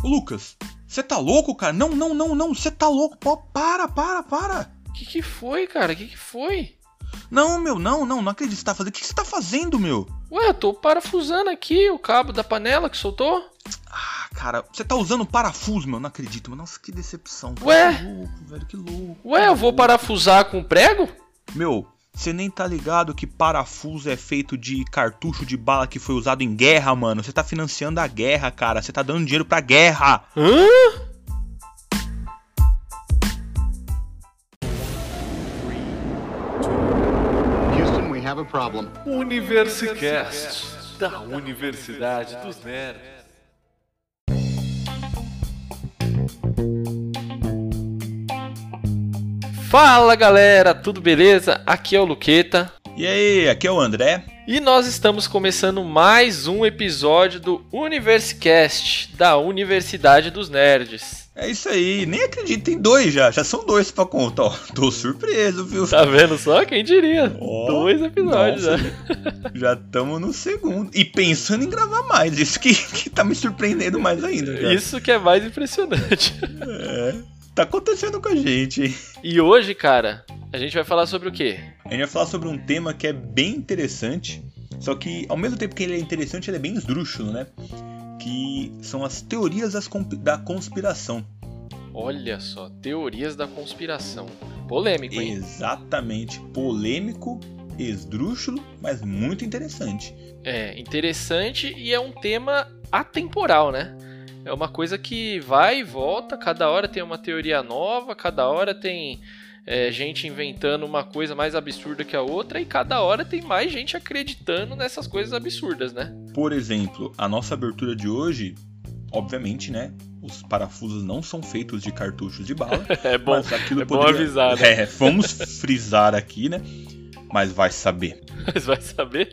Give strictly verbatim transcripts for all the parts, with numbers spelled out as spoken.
Lucas, você tá louco, cara? Não, não, não, não, você tá louco. Pô, para, para, para. O que que foi, cara? O que que foi? Não, meu, não, não, não acredito que você tá fazendo. O que você tá fazendo, meu? Ué, eu tô parafusando aqui o cabo da panela que soltou. Ah, cara, você tá usando parafuso, meu. Não acredito, mano. Nossa, que decepção. Cara. Ué? Que louco, velho, que louco. Ué, eu vou parafusar com prego? Meu, você nem tá ligado que parafuso é feito de cartucho de bala que foi usado em guerra, mano. Você tá financiando a guerra, cara. Você tá dando dinheiro pra guerra. Hã? Houston, we have a problem. Universicast, da Universidade dos Nerds. Fala galera, tudo beleza? Aqui é o Luqueta. E aí, aqui é o André. E nós estamos começando mais um episódio do Universicast, da Universidade dos Nerds. É isso aí, nem acredito, tem dois já, já são dois pra conta, ó. Tô surpreso, viu? Tá vendo só? Quem diria? Oh, dois episódios nossa, já. Já estamos no segundo. E pensando em gravar mais, isso que, que tá me surpreendendo mais ainda. Cara. Isso que é mais impressionante. É, tá acontecendo com a gente, hein? E hoje, cara, a gente vai falar sobre o quê? A gente vai falar sobre um tema que é bem interessante, só que ao mesmo tempo que ele é interessante, ele é bem esdrúxulo, né? Que são as teorias das comp- da conspiração. Olha só, teorias da conspiração. Polêmico, hein? Exatamente, polêmico, esdrúxulo, mas muito interessante. É, interessante e é um tema atemporal, né? É uma coisa que vai e volta, cada hora tem uma teoria nova, cada hora tem é, gente inventando uma coisa mais absurda que a outra e cada hora tem mais gente acreditando nessas coisas absurdas, né? Por exemplo, a nossa abertura de hoje, obviamente, né? Os parafusos não são feitos de cartuchos de bala. É bom, mas aquilo é bom poderia... avisar, né? É, vamos frisar aqui, né? Mas vai saber. Mas vai saber?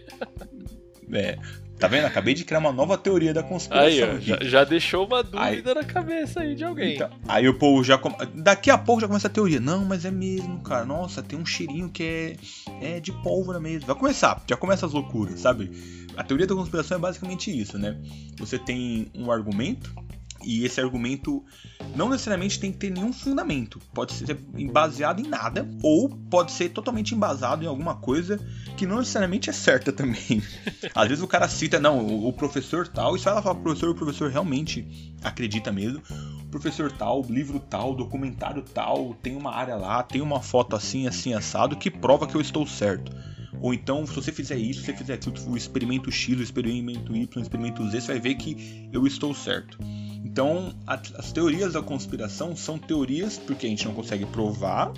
É, tá vendo? Acabei de criar uma nova teoria da conspiração. Aí, ó, aqui. já, já deixou uma dúvida Aí. na cabeça aí de alguém. Então, aí o povo já... Com... Daqui a pouco já começa a teoria. Não, mas é mesmo, cara. Nossa, tem um cheirinho que é, é de pólvora mesmo. Vai começar. Já começa as loucuras, sabe? A teoria da conspiração é basicamente isso, né? Você tem um argumento e esse argumento não necessariamente tem que ter nenhum fundamento. Pode ser baseado em nada ou pode ser totalmente embasado em alguma coisa que não necessariamente é certa também. Às vezes o cara cita, não, o professor tal, e você vai lá falar pro professor, o professor realmente acredita mesmo. O professor tal, livro tal, documentário tal, tem uma área lá, tem uma foto assim, assim, assado, que prova que eu estou certo. Ou então, se você fizer isso, se você fizer aquilo, o experimento X, o experimento Y, o experimento Z, você vai ver que eu estou certo. Então, as teorias da conspiração são teorias porque a gente não consegue provar,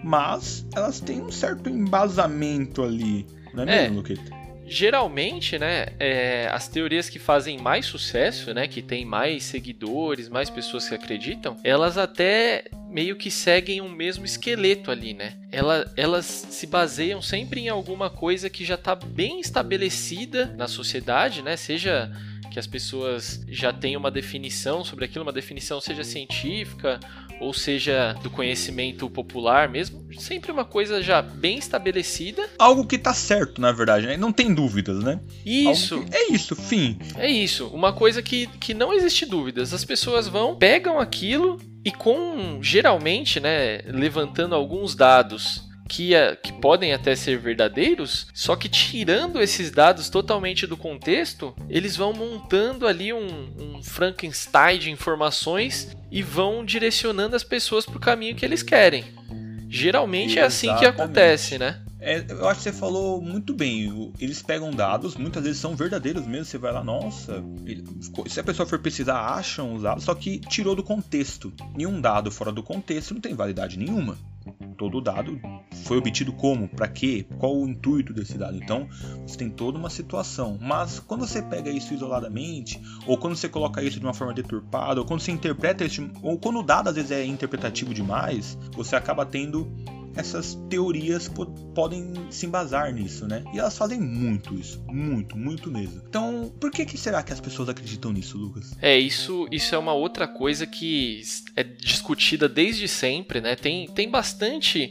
mas elas têm um certo embasamento ali, não é, é mesmo, Luqueta? Geralmente, né, é, as teorias que fazem mais sucesso, né, que tem mais seguidores, mais pessoas que acreditam, elas até meio que seguem um mesmo esqueleto ali, né? Ela, elas se baseiam sempre em alguma coisa que já está bem estabelecida na sociedade, né? Seja que as pessoas já tenham uma definição sobre aquilo, uma definição seja científica ou seja do conhecimento popular mesmo, sempre uma coisa já bem estabelecida. Algo que tá certo, na verdade, né? Não tem dúvidas, né? Isso. Que... É isso, fim. É isso, uma coisa que, que não existe dúvidas. As pessoas vão, pegam aquilo e com, geralmente, né, levantando alguns dados que, que podem até ser verdadeiros, só que tirando esses dados totalmente do contexto, eles vão montando ali um, um Frankenstein de informações e vão direcionando as pessoas para o caminho que eles querem. Geralmente é assim que acontece, né? É, eu acho que você falou muito bem. Eles pegam dados, muitas vezes são verdadeiros mesmo. Você vai lá, nossa, se a pessoa for pesquisar, acham os dados, só que tirou do contexto. Nenhum dado fora do contexto não tem validade nenhuma. Todo dado foi obtido como? Para quê? Qual o intuito desse dado? Então, você tem toda uma situação. Mas quando você pega isso isoladamente, ou quando você coloca isso de uma forma deturpada, ou quando você interpreta isso, ou quando o dado às vezes é interpretativo demais, você acaba tendo essas teorias po- podem se embasar nisso, né? E elas fazem muito isso, muito, muito mesmo. Então, por que, que será que as pessoas acreditam nisso, Lucas? É, isso, isso é uma outra coisa que é discutida desde sempre, né? Tem, tem bastante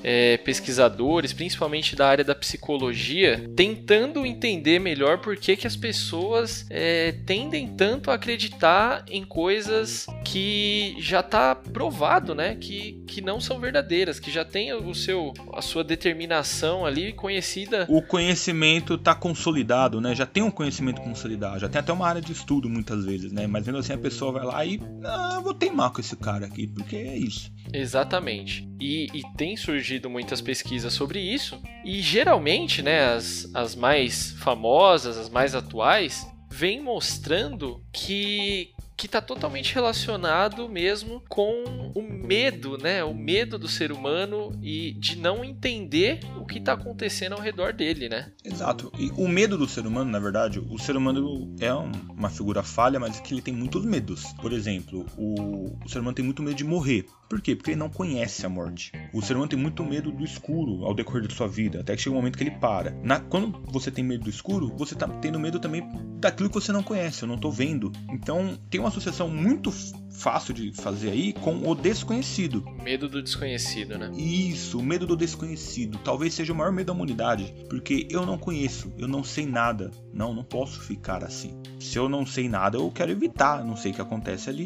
é, pesquisadores, principalmente da área da psicologia, tentando entender melhor por que, que as pessoas é, tendem tanto a acreditar em coisas que já está provado, né? Que, que não são verdadeiras, que já tem o seu, a sua determinação ali conhecida. O conhecimento está consolidado, né? Já tem um conhecimento consolidado, já tem até uma área de estudo muitas vezes, né? Mas mesmo assim a pessoa vai lá e ah, vou teimar com esse cara aqui, porque é isso. Exatamente. E, e tem surgido muitas pesquisas sobre isso, e geralmente, né, as, as mais famosas, as mais atuais, vêm mostrando que que está totalmente relacionado mesmo com o medo, né? O medo do ser humano e de não entender o que está acontecendo ao redor dele, né? Exato. E o medo do ser humano, na verdade, o ser humano é um, uma figura falha, mas que ele tem muitos medos. Por exemplo, o, o ser humano tem muito medo de morrer. Por quê? Porque ele não conhece a morte. O ser humano tem muito medo do escuro ao decorrer de sua vida, até que chega um momento que ele para. Na, quando você tem medo do escuro, você está tendo medo também daquilo que você não conhece, eu não estou vendo. Então, tem uma associação muito fácil de fazer aí com o desconhecido. Medo do desconhecido, né? Isso, o medo do desconhecido. Talvez seja o maior medo da humanidade, porque eu não conheço, eu não sei nada. Não, não posso ficar assim. Se eu não sei nada, eu quero evitar, não sei o que acontece ali.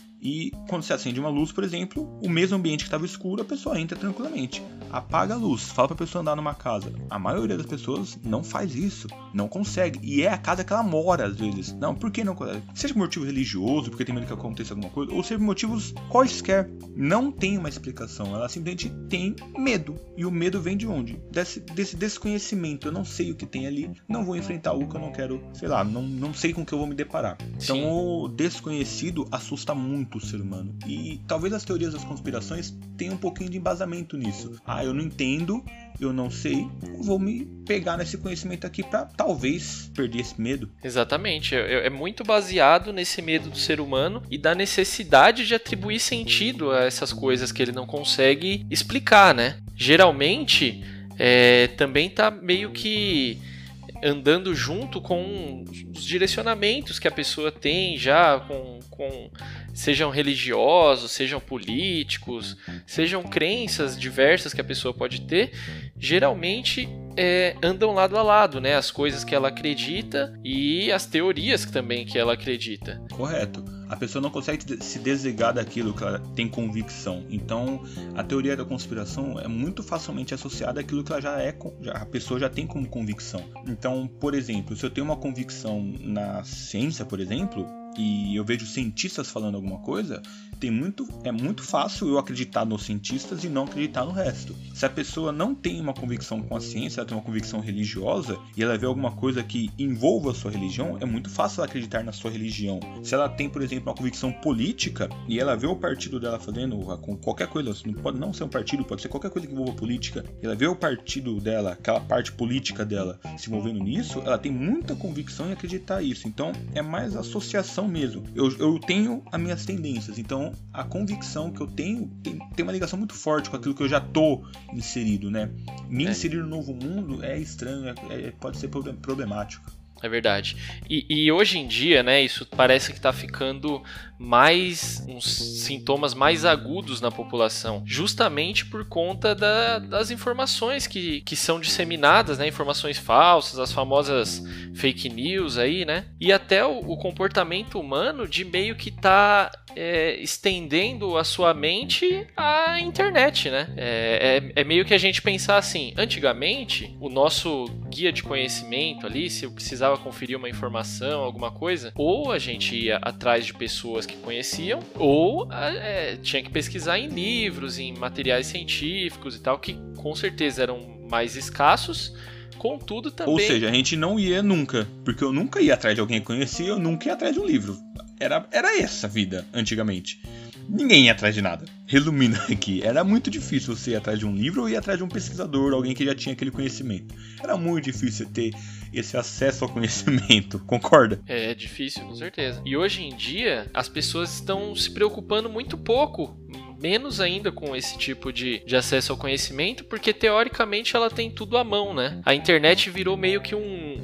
E quando você acende uma luz, por exemplo, o mesmo ambiente que estava escuro, a pessoa entra tranquilamente. Apaga a luz, fala para a pessoa andar numa casa. A maioria das pessoas não faz isso, não consegue. E é a casa que ela mora, às vezes. Não, por que não consegue? Seja por motivo religioso, porque tem medo que aconteça alguma coisa, ou seja por motivos quaisquer. Não tem uma explicação, ela simplesmente tem medo. E o medo vem de onde? Desse, desse desconhecimento. Eu não sei o que tem ali, não vou enfrentar algo que eu não quero, sei lá, não, não sei com o que eu vou me deparar. Então Sim. O desconhecido assusta muito o ser humano. E talvez as teorias das conspirações tenham um pouquinho de embasamento nisso. Ah, eu não entendo, eu não sei, eu vou me pegar nesse conhecimento aqui para talvez perder esse medo. Exatamente, é, é muito baseado nesse medo do ser humano e da necessidade de atribuir sentido a essas coisas que ele não consegue explicar, né? Geralmente, é, também tá meio que andando junto com os direcionamentos que a pessoa tem já, com, com sejam religiosos, sejam políticos, sejam crenças diversas que a pessoa pode ter, geralmente é, andam lado a lado, né? As coisas que ela acredita e as teorias também que ela acredita. Correto. A pessoa não consegue se desligar daquilo que ela tem convicção. Então, a teoria da conspiração é muito facilmente associada àquilo que ela já é, já, a pessoa já tem como convicção. Então, por exemplo, se eu tenho uma convicção na ciência, por exemplo, e eu vejo cientistas falando alguma coisa, tem muito, é muito fácil eu acreditar nos cientistas e não acreditar no resto. Se a pessoa não tem uma convicção com a ciência, ela tem uma convicção religiosa e ela vê alguma coisa que envolva a sua religião, é muito fácil ela acreditar na sua religião. Se ela tem, por exemplo, uma convicção política e ela vê o partido dela fazendo com qualquer coisa, não pode não ser um partido, pode ser qualquer coisa que envolva política, e ela vê o partido dela, aquela parte política dela se envolvendo nisso, ela tem muita convicção em acreditar nisso. Então, é mais associação mesmo. Eu, eu tenho as minhas tendências, então a convicção que eu tenho tem, tem uma ligação muito forte com aquilo que eu já tô inserido, né? Me É. inserir no novo mundo é estranho, é, é, pode ser problemático. É verdade. E, e hoje em dia, né, isso parece que está ficando mais, uns sintomas mais agudos na população, justamente por conta da, das informações que, que são disseminadas, né, informações falsas, as famosas fake news aí, né, e até o, o comportamento humano de meio que tá é, estendendo a sua mente à internet, né, é, é, é meio que a gente pensar assim, antigamente, o nosso guia de conhecimento ali, se eu precisava conferir uma informação, alguma coisa, ou a gente ia atrás de pessoas que conheciam, ou é, tinha que pesquisar em livros, em materiais científicos e tal, que com certeza eram mais escassos, contudo também... Ou seja, a gente não ia nunca, porque eu nunca ia atrás de alguém que conhecia, eu nunca ia atrás de um livro. Era, era essa a vida, antigamente. Ninguém ia atrás de nada. Resumindo aqui, era muito difícil você ir atrás de um livro ou ir atrás de um pesquisador, alguém que já tinha aquele conhecimento. Era muito difícil ter esse acesso ao conhecimento, concorda? É, é difícil, com certeza. E hoje em dia, as pessoas estão se preocupando muito pouco, menos ainda com esse tipo de, de acesso ao conhecimento, porque teoricamente ela tem tudo à mão, né? A internet virou meio que um... um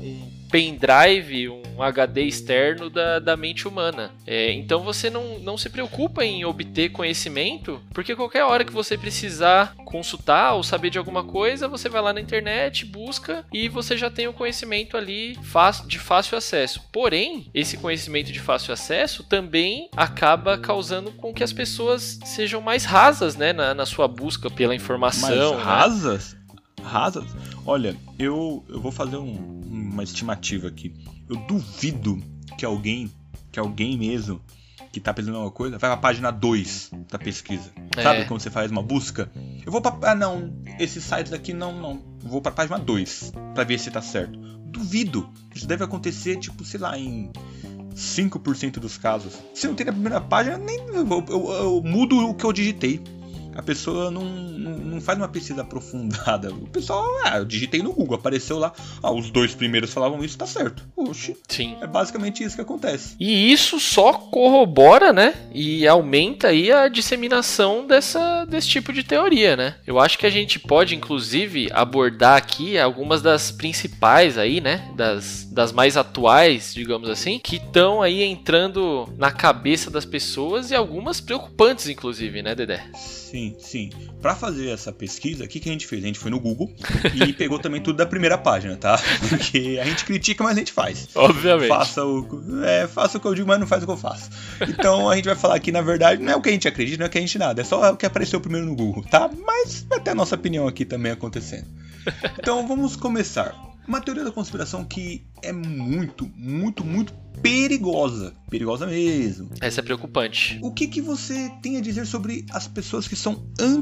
pendrive, um H D externo da, da mente humana. É, então você não, não se preocupa em obter conhecimento, porque qualquer hora que você precisar consultar ou saber de alguma coisa, você vai lá na internet, busca e você já tem o conhecimento ali de fácil acesso. Porém, esse conhecimento de fácil acesso também acaba causando com que as pessoas sejam mais rasas, né, na, na sua busca pela informação. Mais rasas? Né? Rasas? Olha, eu, eu vou fazer um, uma estimativa aqui. Eu duvido que alguém, que alguém mesmo que tá pesquisando alguma coisa, vai pra página dois da pesquisa. É. Sabe quando você faz uma busca? Eu vou pra... Ah, não, esses sites aqui não, não. Eu vou pra página dois pra ver se tá certo. Duvido. Isso deve acontecer, tipo, sei lá, em cinco por cento dos casos. Se não tem na primeira página, nem eu, eu, eu, eu mudo o que eu digitei. A pessoa não, não, não faz uma pesquisa aprofundada. O pessoal, ah, eu digitei no Google, apareceu lá, ah, os dois primeiros falavam isso, tá certo. Oxi. Sim. É basicamente isso que acontece. E isso só corrobora, né? E aumenta aí a disseminação dessa, desse tipo de teoria, né? Eu acho que a gente pode, inclusive, abordar aqui algumas das principais aí, né? Das, das mais atuais, digamos assim, que estão aí entrando na cabeça das pessoas e algumas preocupantes, inclusive, né, Dedé? Sim, sim. Pra fazer essa pesquisa, o que, que a gente fez? A gente foi no Google e pegou também tudo da primeira página, tá? Porque a gente critica, mas a gente faz. Obviamente. Faça o, é, faça o que eu digo, mas não faz o que eu faço. Então a gente vai falar aqui, na verdade, não é o que a gente acredita, não é o que a gente nada. É só o que apareceu primeiro no Google, tá? Mas vai ter a nossa opinião aqui também acontecendo. Então vamos começar. Uma teoria da conspiração que é muito, muito, muito perigosa. Perigosa mesmo. Essa é preocupante. O que, que você tem a dizer sobre as pessoas que são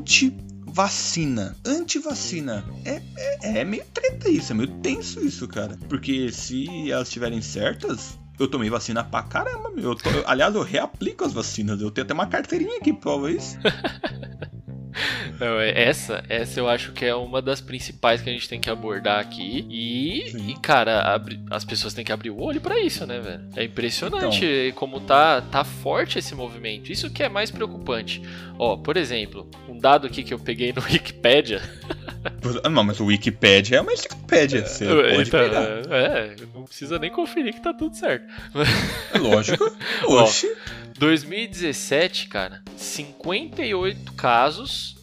anti-vacina? Anti-vacina. É, é, é meio treta isso, é meio tenso isso, cara. Porque se elas estiverem certas... Eu tomei vacina pra caramba, meu. Eu tô, eu, aliás, eu reaplico as vacinas. Eu tenho até uma carteirinha que prova isso. Não, essa, essa eu acho que é uma das principais que a gente tem que abordar aqui. E, e cara, abri, as pessoas têm que abrir o olho pra isso, né, velho? É impressionante então, como tá, tá forte esse movimento. Isso que é mais preocupante. Ó, por exemplo, um dado aqui que eu peguei no Wikipedia. Não, mas o Wikipedia é uma enciclopédia. Você é, pode então, pegar. É, não precisa nem conferir que tá tudo certo. É lógico. Oxi. Ó, dois mil e dezessete, cara, cinquenta e oito casos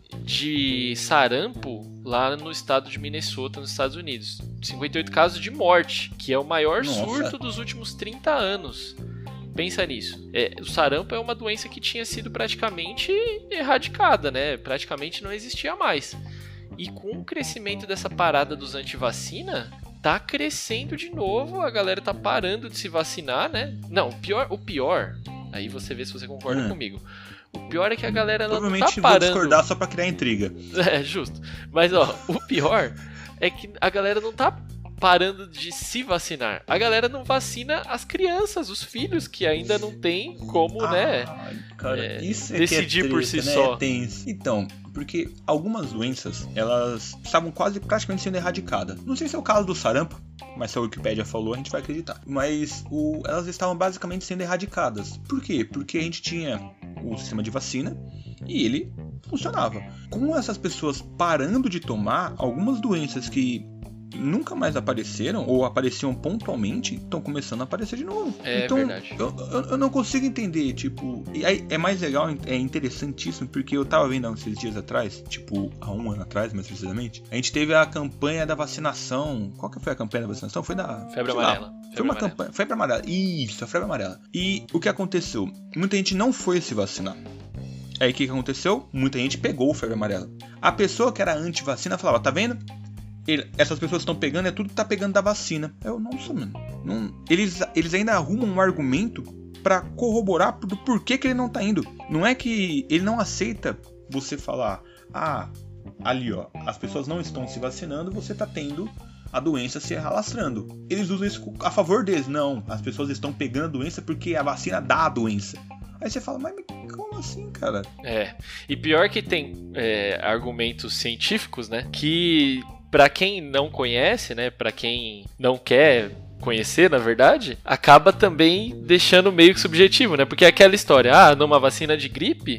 de sarampo lá no estado de Minnesota, nos Estados Unidos. cinquenta e oito casos de morte, que é o maior Nossa. surto dos últimos trinta anos. Pensa nisso. É, o sarampo é uma doença que tinha sido praticamente erradicada, né? Praticamente não existia mais. E com o crescimento dessa parada dos antivacina, tá crescendo de novo, a galera tá parando de se vacinar, né? Não, o pior, o pior, aí você vê se você concorda hum. comigo. O pior é que a galera ela não tá parando... Provavelmente vou discordar só pra criar intriga. É, justo. Mas, ó, o pior é que a galera não tá parando de se vacinar. A galera não vacina as crianças, os filhos, que ainda não tem como, ah, né, cara, é, isso é decidir que é treta, por si né? só. Tem... Então, porque algumas doenças, elas estavam quase praticamente sendo erradicadas. Não sei se é o caso do sarampo, mas se a Wikipédia falou, a gente vai acreditar. Mas o... elas estavam basicamente sendo erradicadas. Por quê? Porque a gente tinha o sistema de vacina e ele funcionava. Com essas pessoas parando de tomar, algumas doenças que nunca mais apareceram ou apareciam pontualmente estão começando a aparecer de novo. É então, verdade. Eu, eu, eu não consigo entender, tipo... E aí é mais legal, é interessantíssimo, porque eu tava vendo há uns dias atrás, tipo, há um ano atrás, mais precisamente, a gente teve a campanha da vacinação. Qual que foi a campanha da vacinação? Foi da... Febre amarela. Febre foi uma amarela. campanha... Febre amarela. Isso, a febre amarela. E o que aconteceu? Muita gente não foi se vacinar. Aí o que, que aconteceu? Muita gente pegou o febre amarela. A pessoa que era anti-vacina falava, tá vendo? Ele, essas pessoas estão pegando, é tudo que tá pegando da vacina. Eu, nossa, mano. Não, eles, eles ainda arrumam um argumento pra corroborar do porquê que ele não tá indo. Não é que ele não aceita você falar, ah, ali ó, as pessoas não estão se vacinando, você tá tendo a doença se alastrando. Eles usam isso a favor deles. Não, as pessoas estão pegando a doença porque a vacina dá a doença. Aí você fala, mas como assim, cara? É, e pior que tem é, argumentos científicos, né, que... Pra quem não conhece, né, pra quem não quer conhecer, na verdade, acaba também deixando meio que subjetivo, né? Porque é aquela história, ah, numa vacina de gripe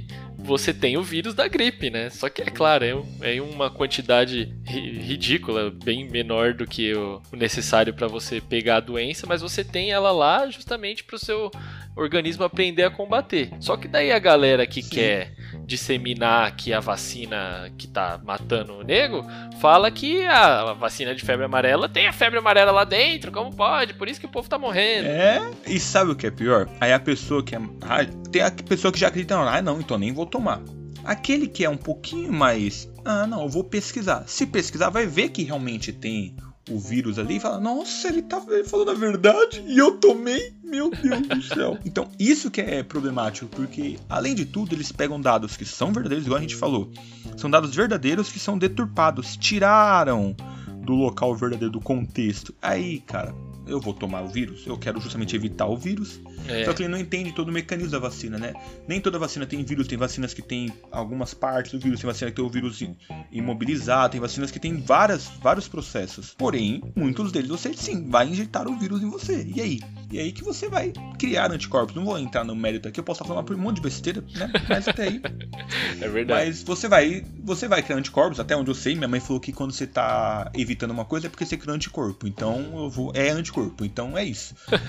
você tem o vírus da gripe, né? Só que, é claro, é, é uma quantidade ri- ridícula, bem menor do que o, o necessário para você pegar a doença, mas você tem ela lá justamente para o seu organismo aprender a combater. Só que daí a galera que Sim. quer disseminar que a vacina que tá matando o nego, fala que a vacina de febre amarela tem a febre amarela lá dentro, como pode? Por isso que o povo tá morrendo. É, e sabe o que é pior? Aí a pessoa que é... Ah, tem a pessoa que já acredita, ah, não, então nem vou tomar. Aquele que é um pouquinho mais... Ah, não, eu vou pesquisar. Se pesquisar, vai ver que realmente tem o vírus ali e fala, nossa, ele tá falando a verdade e eu tomei, meu Deus do céu. Então, isso que é problemático, porque, além de tudo, eles pegam dados que são verdadeiros, igual a gente falou. São dados verdadeiros que são deturpados, tiraram do local verdadeiro, do contexto. Aí, cara, eu vou tomar o vírus, eu quero justamente evitar o vírus. É. Só que ele não entende todo o mecanismo da vacina, né? Nem toda vacina tem vírus, tem vacinas que tem algumas partes do vírus, tem vacina que tem o vírus imobilizado, tem vacinas que tem várias, vários processos. Porém, muitos deles você sim vai injetar o vírus em você. E aí? E aí que você vai criar anticorpos. Não vou entrar no mérito aqui, eu posso falar por um monte de besteira, né? Mas até aí. É verdade. Mas você vai, você vai criar anticorpos, até onde eu sei. Minha mãe falou que quando você tá evitando uma coisa é porque você cria um anticorpo. Então eu vou. É anticorpo, então é isso.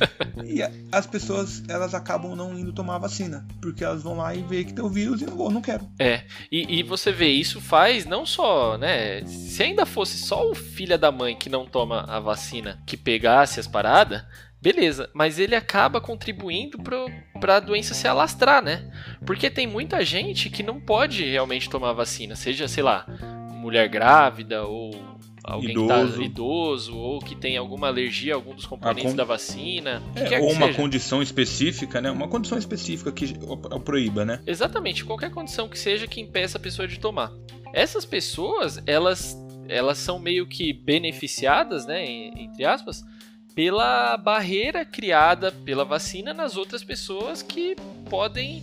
E a, as pessoas, elas acabam não indo tomar a vacina, porque elas vão lá e vê que tem o vírus e não vou, não quero. É, e, e você vê, isso faz não só, né? Se ainda fosse só o filho da mãe que não toma a vacina que pegasse as paradas, beleza, mas ele acaba contribuindo pro, pra doença se alastrar, né? Porque tem muita gente que não pode realmente tomar vacina, seja, sei lá, mulher grávida ou alguém idoso. que tá idoso ou que tem alguma alergia a algum dos componentes con... da vacina. É, que ou que uma seja. condição específica, né? Uma condição específica que proíba, né? Exatamente, qualquer condição que seja que impeça a pessoa de tomar. Essas pessoas, elas, elas são meio que beneficiadas, né? Entre aspas, pela barreira criada pela vacina nas outras pessoas que podem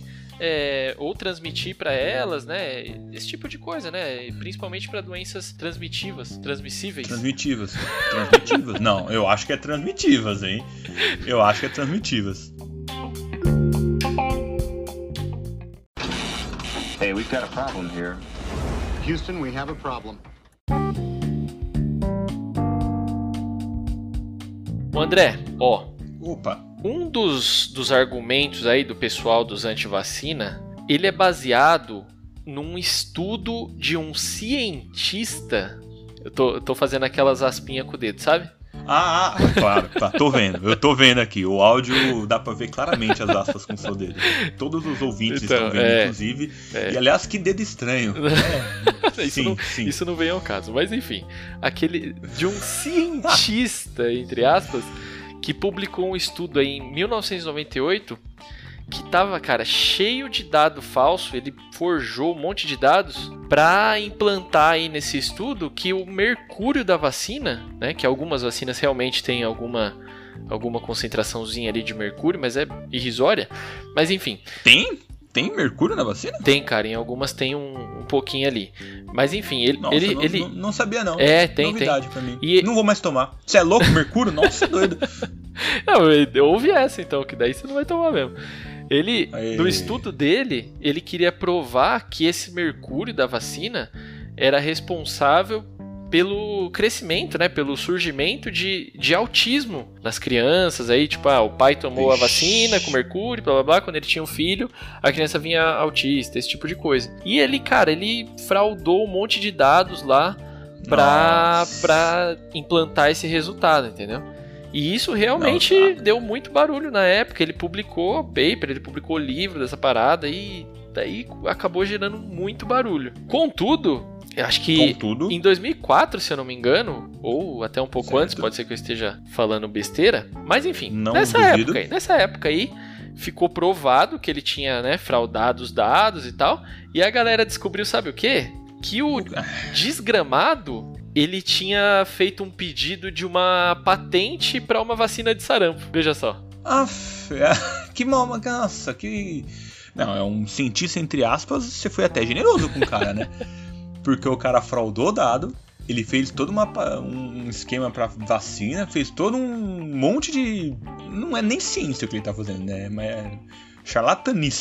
é, ou transmitir para elas, né? Esse tipo de coisa, né? Principalmente para doenças transmitivas, transmissíveis. Transmitivas. Transmitivas. Não, eu acho que é transmitivas, hein? Eu acho que é transmitivas. Hey, we've got a problem here. Houston, we have a problem. O André, ó. Opa. Um dos, dos argumentos aí do pessoal dos antivacina, ele é baseado num estudo de um cientista. Eu tô, eu tô fazendo aquelas aspinhas com o dedo, sabe? Ah, ah, claro, tá, tô vendo. Eu tô vendo aqui. O áudio dá pra ver claramente as aspas com o seu dedo. Todos os ouvintes então, estão vendo, é, inclusive. É. E aliás, que dedo estranho. É. isso, sim, não, sim. isso não vem ao caso. Mas enfim, aquele de um cientista, entre aspas, que publicou um estudo aí em mil novecentos e noventa e oito que tava, cara, cheio de dado falso. Ele forjou um monte de dados para implantar aí nesse estudo que o mercúrio da vacina, né, que algumas vacinas realmente têm alguma alguma concentraçãozinha ali de mercúrio, mas é irrisória. Mas enfim. Tem? Tem mercúrio na vacina? Tem, cara. Em algumas tem um, um pouquinho ali. Mas enfim, ele... Nossa, ele, não, ele... Não, não sabia não. É, tem, Novidade tem. Pra mim. E... Não vou mais tomar. Você é louco, mercúrio? Nossa, você é doido. Não, ouve essa então, que daí você não vai tomar mesmo. Ele, Aê. no estudo dele, ele queria provar que esse mercúrio da vacina era responsável pelo crescimento, né, pelo surgimento de, de autismo nas crianças. Aí, tipo, ah, o pai tomou Ixi. a vacina com mercúrio, blá blá blá, quando ele tinha um filho, a criança vinha autista, esse tipo de coisa. E ele, cara, ele fraudou um monte de dados lá pra, pra implantar esse resultado, entendeu? E isso realmente Nossa. deu muito barulho na época. Ele publicou paper, ele publicou livro dessa parada e daí acabou gerando muito barulho. Contudo, eu acho que Contudo. em dois mil e quatro, se eu não me engano, ou até um pouco certo. antes, pode ser que eu esteja falando besteira, mas enfim, não nessa duvido. época aí, nessa época aí, ficou provado que ele tinha, né, fraudado os dados e tal, e a galera descobriu, sabe o quê? Que o desgramado, ele tinha feito um pedido de uma patente para uma vacina de sarampo. Veja só. Aff, que mal, nossa, que... Não, é um cientista, entre aspas, você foi até generoso com o cara, né? Porque o cara fraudou dado, ele fez todo uma, um esquema para vacina, fez todo um monte de... Não é nem ciência o que ele tá fazendo, né? Mas é charlatanice.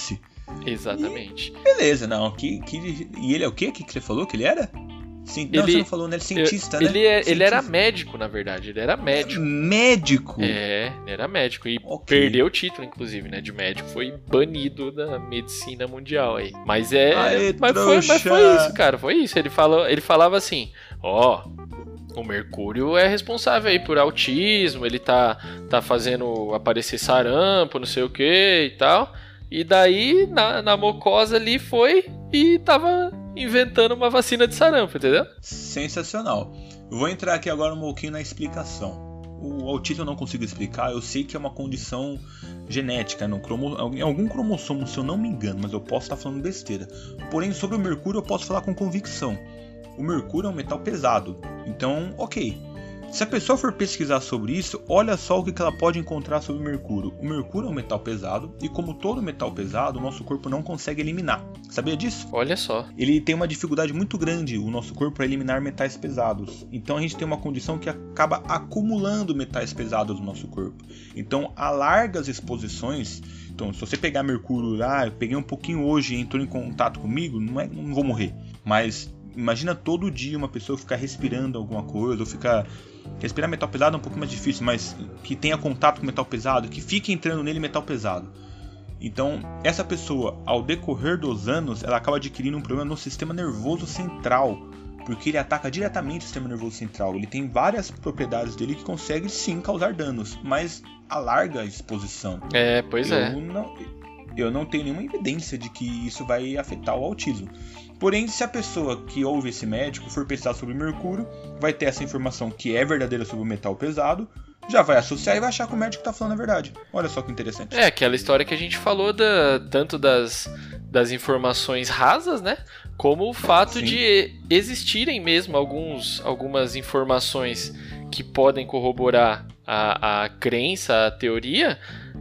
Exatamente. E, beleza, não. Que, que, e ele é o quê? O que, que você falou que ele era? Sim, não, ele, você não falou, né? Ele é cientista, ele, né? É, Cientista. Ele era médico, na verdade. Ele era médico. Médico? É, ele era médico. E okay. perdeu o título, inclusive, né? De médico. Foi banido da medicina mundial aí. Mas é. Aê, mas, foi, mas foi isso, cara. Foi isso. Ele, falou, ele falava assim: ó. Oh, o Mercúrio é responsável aí por autismo. Ele tá, tá fazendo aparecer sarampo, não sei o que e tal. E daí, na, na mucosa ali, foi e tava inventando uma vacina de sarampo, entendeu? Sensacional. Eu vou entrar aqui agora um pouquinho na explicação. O autismo eu não consigo explicar, eu sei que é uma condição genética, no cromo, em algum cromossomo, se eu não me engano, mas eu posso estar falando besteira. Porém, sobre o Mercúrio eu posso falar com convicção. O Mercúrio é um metal pesado, então, ok. Se a pessoa for pesquisar sobre isso, olha só o que ela pode encontrar sobre o Mercúrio. O Mercúrio é um metal pesado e, como todo metal pesado, o nosso corpo não consegue eliminar. Sabia disso? Olha só. Ele tem uma dificuldade muito grande, o nosso corpo, para eliminar metais pesados. Então a gente tem uma condição que acaba acumulando metais pesados no nosso corpo. Então, a largas exposições... Então, se você pegar Mercúrio, ah, eu peguei um pouquinho hoje e entrou em contato comigo, não, é, não vou morrer. Mas imagina todo dia uma pessoa ficar respirando alguma coisa, ou ficar... Respirar metal pesado é um pouco mais difícil, mas que tenha contato com metal pesado, que fique entrando nele metal pesado. Então, essa pessoa, ao decorrer dos anos, ela acaba adquirindo um problema no sistema nervoso central, porque ele ataca diretamente o sistema nervoso central. Ele tem várias propriedades dele que conseguem sim causar danos, mas a larga exposição. É, pois eu é. Não, eu não tenho nenhuma evidência de que isso vai afetar o autismo. Porém, se a pessoa que ouve esse médico for pesquisar sobre Mercúrio, vai ter essa informação que é verdadeira sobre o metal pesado, já vai associar e vai achar que o médico está falando a verdade. Olha só que interessante. É, aquela história que a gente falou da, tanto das, das informações rasas, né? Como o fato Sim. de existirem mesmo alguns, algumas informações que podem corroborar a, a crença, a teoria,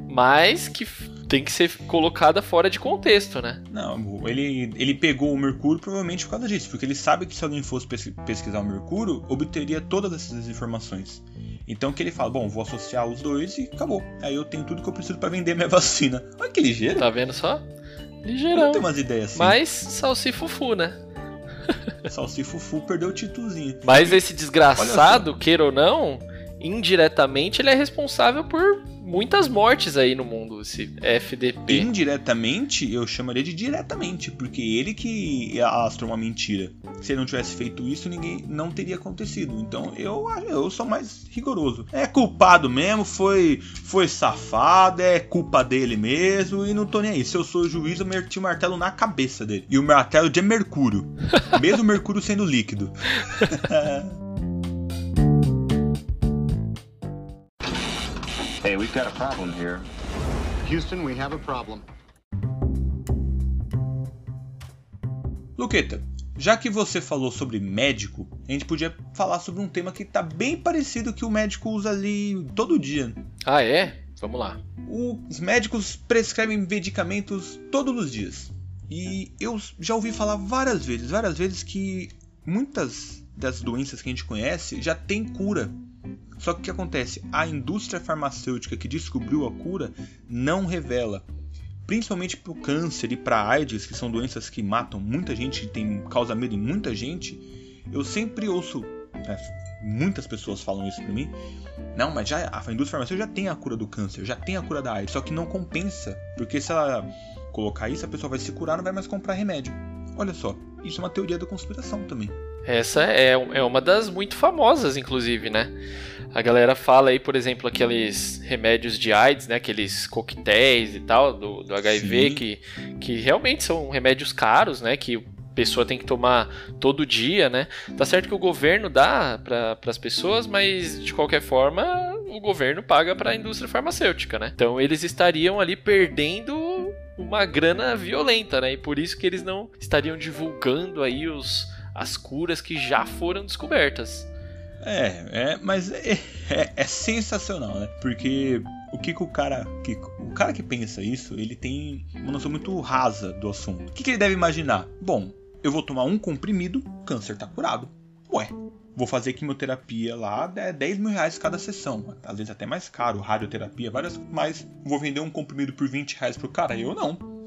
mas que tem que ser colocada fora de contexto, né? Não, ele, ele pegou o Mercúrio provavelmente por causa disso, porque ele sabe que se alguém fosse pesquisar o Mercúrio, obteria todas essas informações. Então que ele fala, bom, vou associar os dois e acabou. Aí eu tenho tudo que eu preciso para vender minha vacina. Olha que ligeiro. Tá vendo só? Ligeirão. Tem umas ideias assim. Mas salsifufu, né? Salsifufu perdeu o tituzinho. Mas esse desgraçado, queira ou não, indiretamente ele é responsável por muitas mortes aí no mundo, esse F D P. Indiretamente, eu chamaria de diretamente, porque ele que alastrou uma mentira. Se ele não tivesse feito isso, ninguém não teria acontecido. Então eu, eu sou mais rigoroso. É culpado mesmo, foi, foi safado, é culpa dele mesmo, e não tô nem aí. Se eu sou o juiz, eu meti o martelo na cabeça dele. E o martelo de mercúrio. Mesmo o mercúrio sendo líquido. Hey, we've got a problem here. Houston, we have a problem. Luqueta, já que você falou sobre médico, a gente podia falar sobre um tema que tá bem parecido que o médico usa ali todo dia. Ah, é? Vamos lá. Os médicos prescrevem medicamentos todos os dias. E eu já ouvi falar várias vezes, várias vezes que muitas das doenças que a gente conhece já tem cura. Só que o que acontece? A indústria farmacêutica que descobriu a cura não revela. Principalmente para o câncer e para a AIDS, que são doenças que matam muita gente e tem, causa medo em muita gente. Eu sempre ouço, né, muitas pessoas falam isso para mim. Não, mas já, a indústria farmacêutica já tem a cura do câncer, já tem a cura da AIDS. Só que não compensa, porque se ela colocar isso, a pessoa vai se curar e não vai mais comprar remédio. Olha só, isso é uma teoria da conspiração também. Essa é, é uma das muito famosas, inclusive, né? A galera fala aí, por exemplo, aqueles remédios de AIDS, né? Aqueles coquetéis e tal, do, do H I V, que, que realmente são remédios caros, né? Que a pessoa tem que tomar todo dia, né? Tá certo que o governo dá para as pessoas, mas de qualquer forma o governo paga para a indústria farmacêutica, né? Então eles estariam ali perdendo uma grana violenta, né? E por isso que eles não estariam divulgando aí os... as curas que já foram descobertas. É, é mas é, é, é sensacional, né? Porque o que, que o cara que o cara que pensa isso, ele tem uma noção muito rasa do assunto. O que, que ele deve imaginar? Bom, eu vou tomar um comprimido, o câncer tá curado. Ué, vou fazer quimioterapia lá, é dez mil reais cada sessão. Às vezes até mais caro, radioterapia, várias, mas vou vender um comprimido por vinte reais pro cara? Eu não.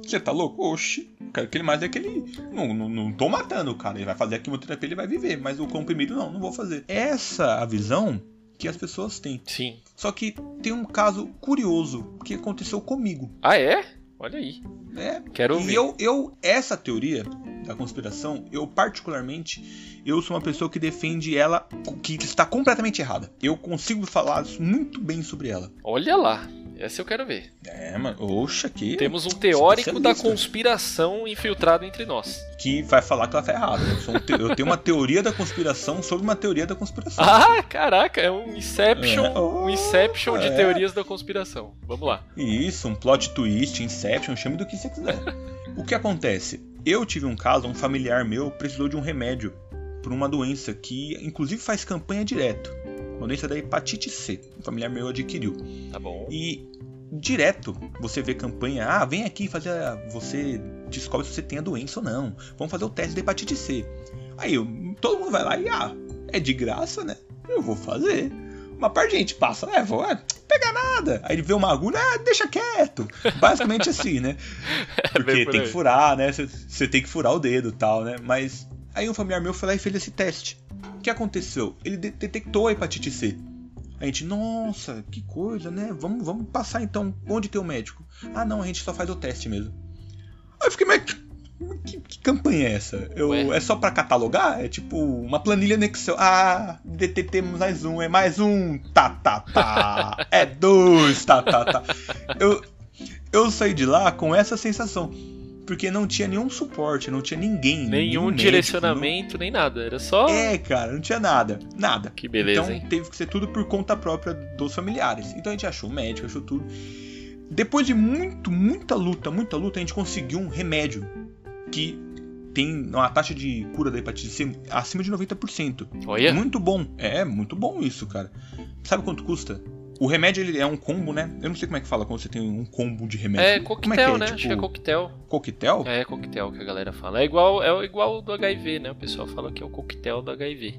Você tá louco? Oxi. O que ele mais é que ele... Não, não, não tô matando o cara. Ele vai fazer a quimioterapia, ele vai viver. Mas o comprimido não, não vou fazer. Essa é a visão que as pessoas têm. Sim. Só que tem um caso curioso que aconteceu comigo. Ah, é? Olha aí. É. Quero ouvir. E eu, eu, essa teoria da conspiração, eu particularmente, eu sou uma pessoa que defende ela, que está completamente errada. Eu consigo falar muito bem sobre ela. Olha lá. Essa eu quero ver. É, mano. Oxa, aqui. Temos um teórico da conspiração infiltrado entre nós. Que vai falar que ela tá errada. Eu, sou um te... eu tenho uma teoria da conspiração sobre uma teoria da conspiração. Ah, caraca, é um Inception, É. Oh, um Inception de é. teorias da conspiração. Vamos lá. Isso, um plot twist, Inception, chame do que você quiser. O que acontece? Eu tive um caso, um familiar meu precisou de um remédio por uma doença que, inclusive, faz campanha direto. Uma doença da hepatite C. Um familiar meu adquiriu. Tá bom. E direto você vê campanha, ah, vem aqui fazer, a... você descobre se você tem a doença ou não. Vamos fazer o teste da hepatite C. Aí eu, todo mundo vai lá e, ah, é de graça, né? Eu vou fazer. Uma parte de gente passa, é, vou, ah, pega nada. Aí ele vê uma agulha, ah, deixa quieto. Basicamente assim, né? Porque tem que furar, né? Você tem que furar o dedo e tal, né? Mas aí um familiar meu foi lá e fez esse teste. O que aconteceu? Ele de- detectou a hepatite C. A gente, nossa, que coisa, né? Vamos, vamos passar então. Onde tem o médico? Ah, não, a gente só faz o teste mesmo. Aí eu fiquei, mas que, que campanha é essa? Eu, é só pra catalogar? É tipo uma planilha no Excel. Ah, detectemos mais um, é mais um. Tá, tá, tá. É dois, tá, tá, tá. Eu, eu saí de lá com essa sensação. Porque não tinha nenhum suporte, não tinha ninguém. Nenhum médico, direcionamento, não... nem nada. Era só... É, cara, não tinha nada. Nada. Que beleza, então, hein? teve que ser tudo por conta própria dos familiares. Então a gente achou médico, achou tudo. Depois de muito, muita luta, muita luta, a gente conseguiu um remédio que tem uma taxa de cura da hepatite C acima de noventa por cento. Olha. Muito bom. É, muito bom isso, cara. Sabe quanto custa? O remédio ele é um combo, né? Eu não sei como é que fala quando você tem um combo de remédio. É Como coquetel, é que é? né? Tipo, Acho que é coquetel. Coquetel? É coquetel que a galera fala. É igual, é igual do H I V, né? O pessoal fala que é o coquetel do H I V.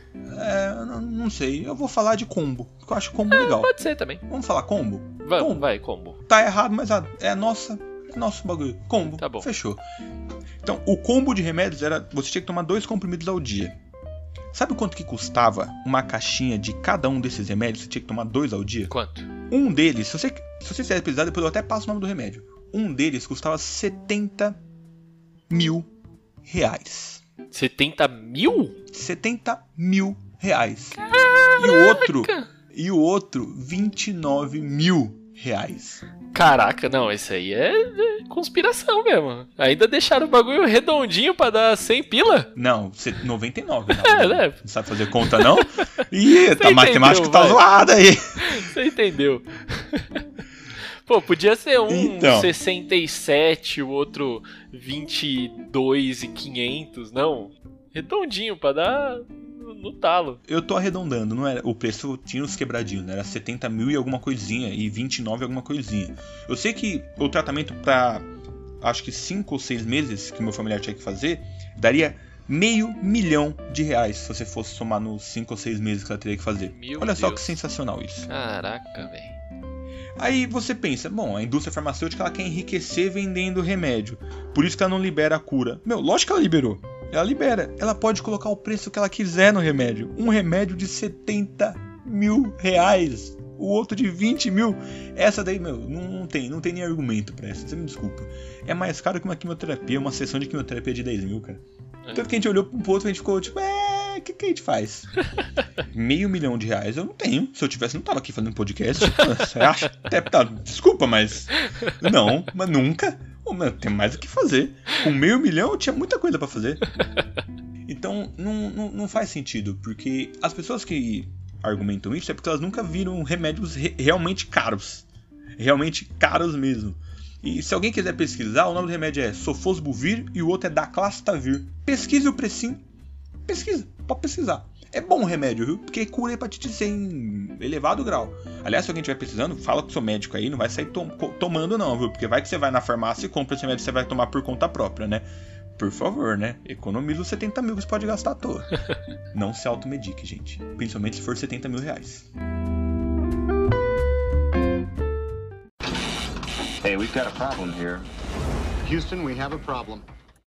É, não, não sei. Eu vou falar de combo, porque eu acho combo legal. Pode ser também. Vamos falar combo? Vamos, combo. vai, combo. Tá errado, mas a- é nossa, é nosso bagulho. Combo. Tá bom. Fechou. Então, o combo de remédios era... Você tinha que tomar dois comprimidos ao dia. Sabe quanto que custava uma caixinha de cada um desses remédios? Você tinha que tomar dois ao dia? Quanto? Um deles, se você, se você quiser pesquisar, depois eu até passo o nome do remédio. Um deles custava setenta mil reais. setenta mil? setenta mil reais. E o outro, e o outro, vinte e nove mil reais. Caraca, não, esse aí é é conspiração mesmo. Ainda deixaram o bagulho redondinho pra dar cem pila? Não, cê- noventa e nove. Não, É, né? Não sabe fazer conta, não? Ih, tá, a entendeu, matemática tá vai. zoada aí. Você entendeu? Pô, podia ser um Então. sessenta e sete, o outro vinte e dois e quinhentos, não? Redondinho pra dar no, no talo. Eu tô arredondando, não era? O preço tinha os quebradinhos, né? Era setenta mil e alguma coisinha, e vinte e nove e alguma coisinha. Eu sei que o tratamento pra, acho que cinco ou seis meses que meu familiar tinha que fazer, daria meio milhão de reais se você fosse somar nos cinco ou seis meses que ela teria que fazer. Meu Olha só Deus. que sensacional isso. Caraca, velho. Aí você pensa, bom, a indústria farmacêutica ela quer enriquecer vendendo remédio, por isso que ela não libera a cura. Meu, lógico que ela liberou. Ela libera. Ela pode colocar o preço que ela quiser no remédio. Um remédio de setenta mil reais. O outro de vinte mil. Essa daí, meu, não, não tem, não tem nem argumento pra essa. Você me desculpa. É mais caro que uma quimioterapia, uma sessão de quimioterapia de dez mil, cara. Tanto que a gente olhou pro outro e a gente ficou tipo, é, o que, que a gente faz? Meio milhão de reais eu não tenho. Se eu tivesse, não tava aqui fazendo podcast. Você acha? Até, tá, desculpa, mas. Não, mas nunca. Ô, meu, tem mais o que fazer. Com meio milhão eu tinha muita coisa pra fazer. Então, não, não, não faz sentido. Porque as pessoas que argumentam isso é porque elas nunca viram remédios re- realmente caros. Realmente caros mesmo. E se alguém quiser pesquisar, o nome do remédio é Sofosbuvir e o outro é Daclastavir. Pesquise o precinho. Pesquisa, pode pesquisar. É bom o remédio, viu? Porque cura hepatite C em elevado grau. Aliás, se alguém estiver precisando, fala com o seu médico aí, não vai sair tom- tomando não, viu? Porque vai que você vai na farmácia e compra esse remédio que você vai tomar por conta própria, né? Por favor, né? Economiza os setenta mil que você pode gastar à toa. Não se automedique, gente. Principalmente se for setenta mil reais. Hey, we've got a problem here. Houston, we have a problem.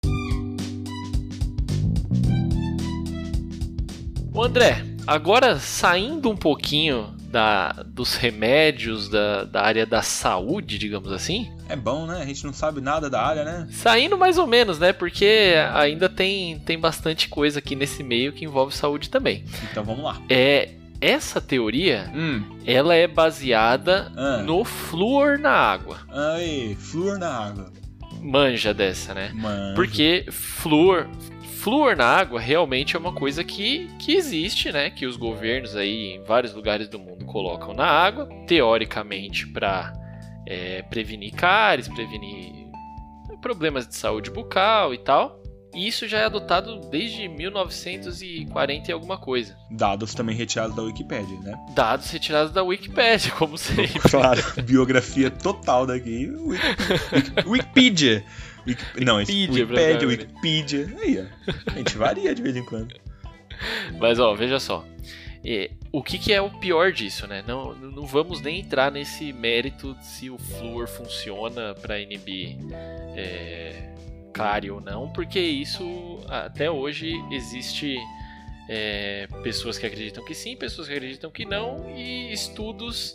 Ô André, agora saindo um pouquinho da, dos remédios, da, da área da saúde, digamos assim. É bom, né? A gente não sabe nada da área, né? Saindo mais ou menos, né? Porque ainda tem, tem bastante coisa aqui nesse meio que envolve saúde também. Então vamos lá. É, essa teoria, Hum. ela é baseada Ah. no flúor na água. Aí, flúor na água. Manja dessa, né? Mano. Porque flúor, flúor na água realmente é uma coisa que, que existe, né? Que os governos aí em vários lugares do mundo colocam na água, teoricamente para é, prevenir cáries, prevenir problemas de saúde bucal e tal. E isso já é adotado desde mil novecentos e quarenta e alguma coisa. Dados também retirados da Wikipédia, né? Dados retirados da Wikipédia, como sempre. Claro, biografia total daqui. Wiki, Wiki, Wikipedia. Wiki, não, esse Wikipedia, Wikipédia, pra- Wikipedia. Aí, ó. A gente varia de vez em quando. Mas ó, veja só. É, o que, que é o pior disso, né? Não, não vamos nem entrar nesse mérito de se o flúor funciona para inibir é, cárie ou não, porque isso até hoje existe é, pessoas que acreditam que sim, pessoas que acreditam que não, e estudos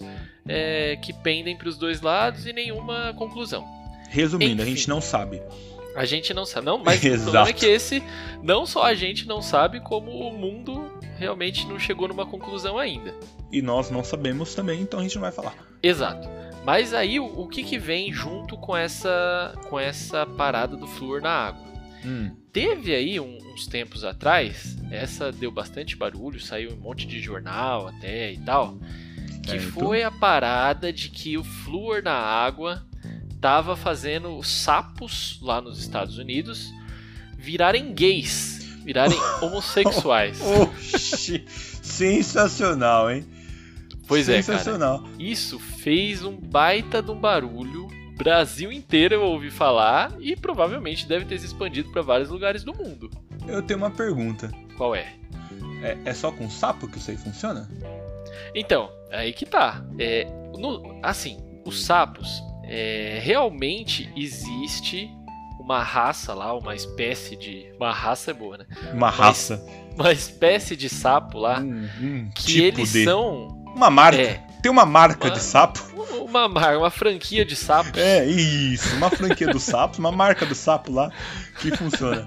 é, que pendem para os dois lados e nenhuma conclusão. Resumindo, a Enfim. gente não sabe. A gente não sabe, não, mas o Exato. problema é que esse, não só a gente não sabe, como o mundo realmente não chegou numa conclusão ainda. E nós não sabemos também, então a gente não vai falar. Exato. Mas aí o, o que, que vem junto com essa, com essa parada do flúor na água? Hum. Teve aí um- uns tempos atrás, essa deu bastante barulho, saiu um monte de jornal até e tal, que Certo. foi a parada de que o flúor na água tava fazendo os sapos lá nos Estados Unidos virarem gays, virarem homossexuais. Oxi, sensacional, hein? Pois é, cara. Sensacional. Isso fez um baita de um barulho. Brasil inteiro eu ouvi falar e provavelmente deve ter se expandido para vários lugares do mundo. Eu tenho uma pergunta. Qual é? É, é só com sapo que isso aí funciona? Então, aí que tá. É, no- assim, os sapos, é, realmente existe uma raça lá, uma espécie de... Uma raça é boa, né? Uma raça. Uma espécie de sapo lá, Um, um que tipo eles de... são... Uma marca. É. Tem uma marca Uma- de sapo? Uma, mar- uma franquia de sapos. É, isso. Uma franquia do sapo, uma marca do sapo lá que funciona.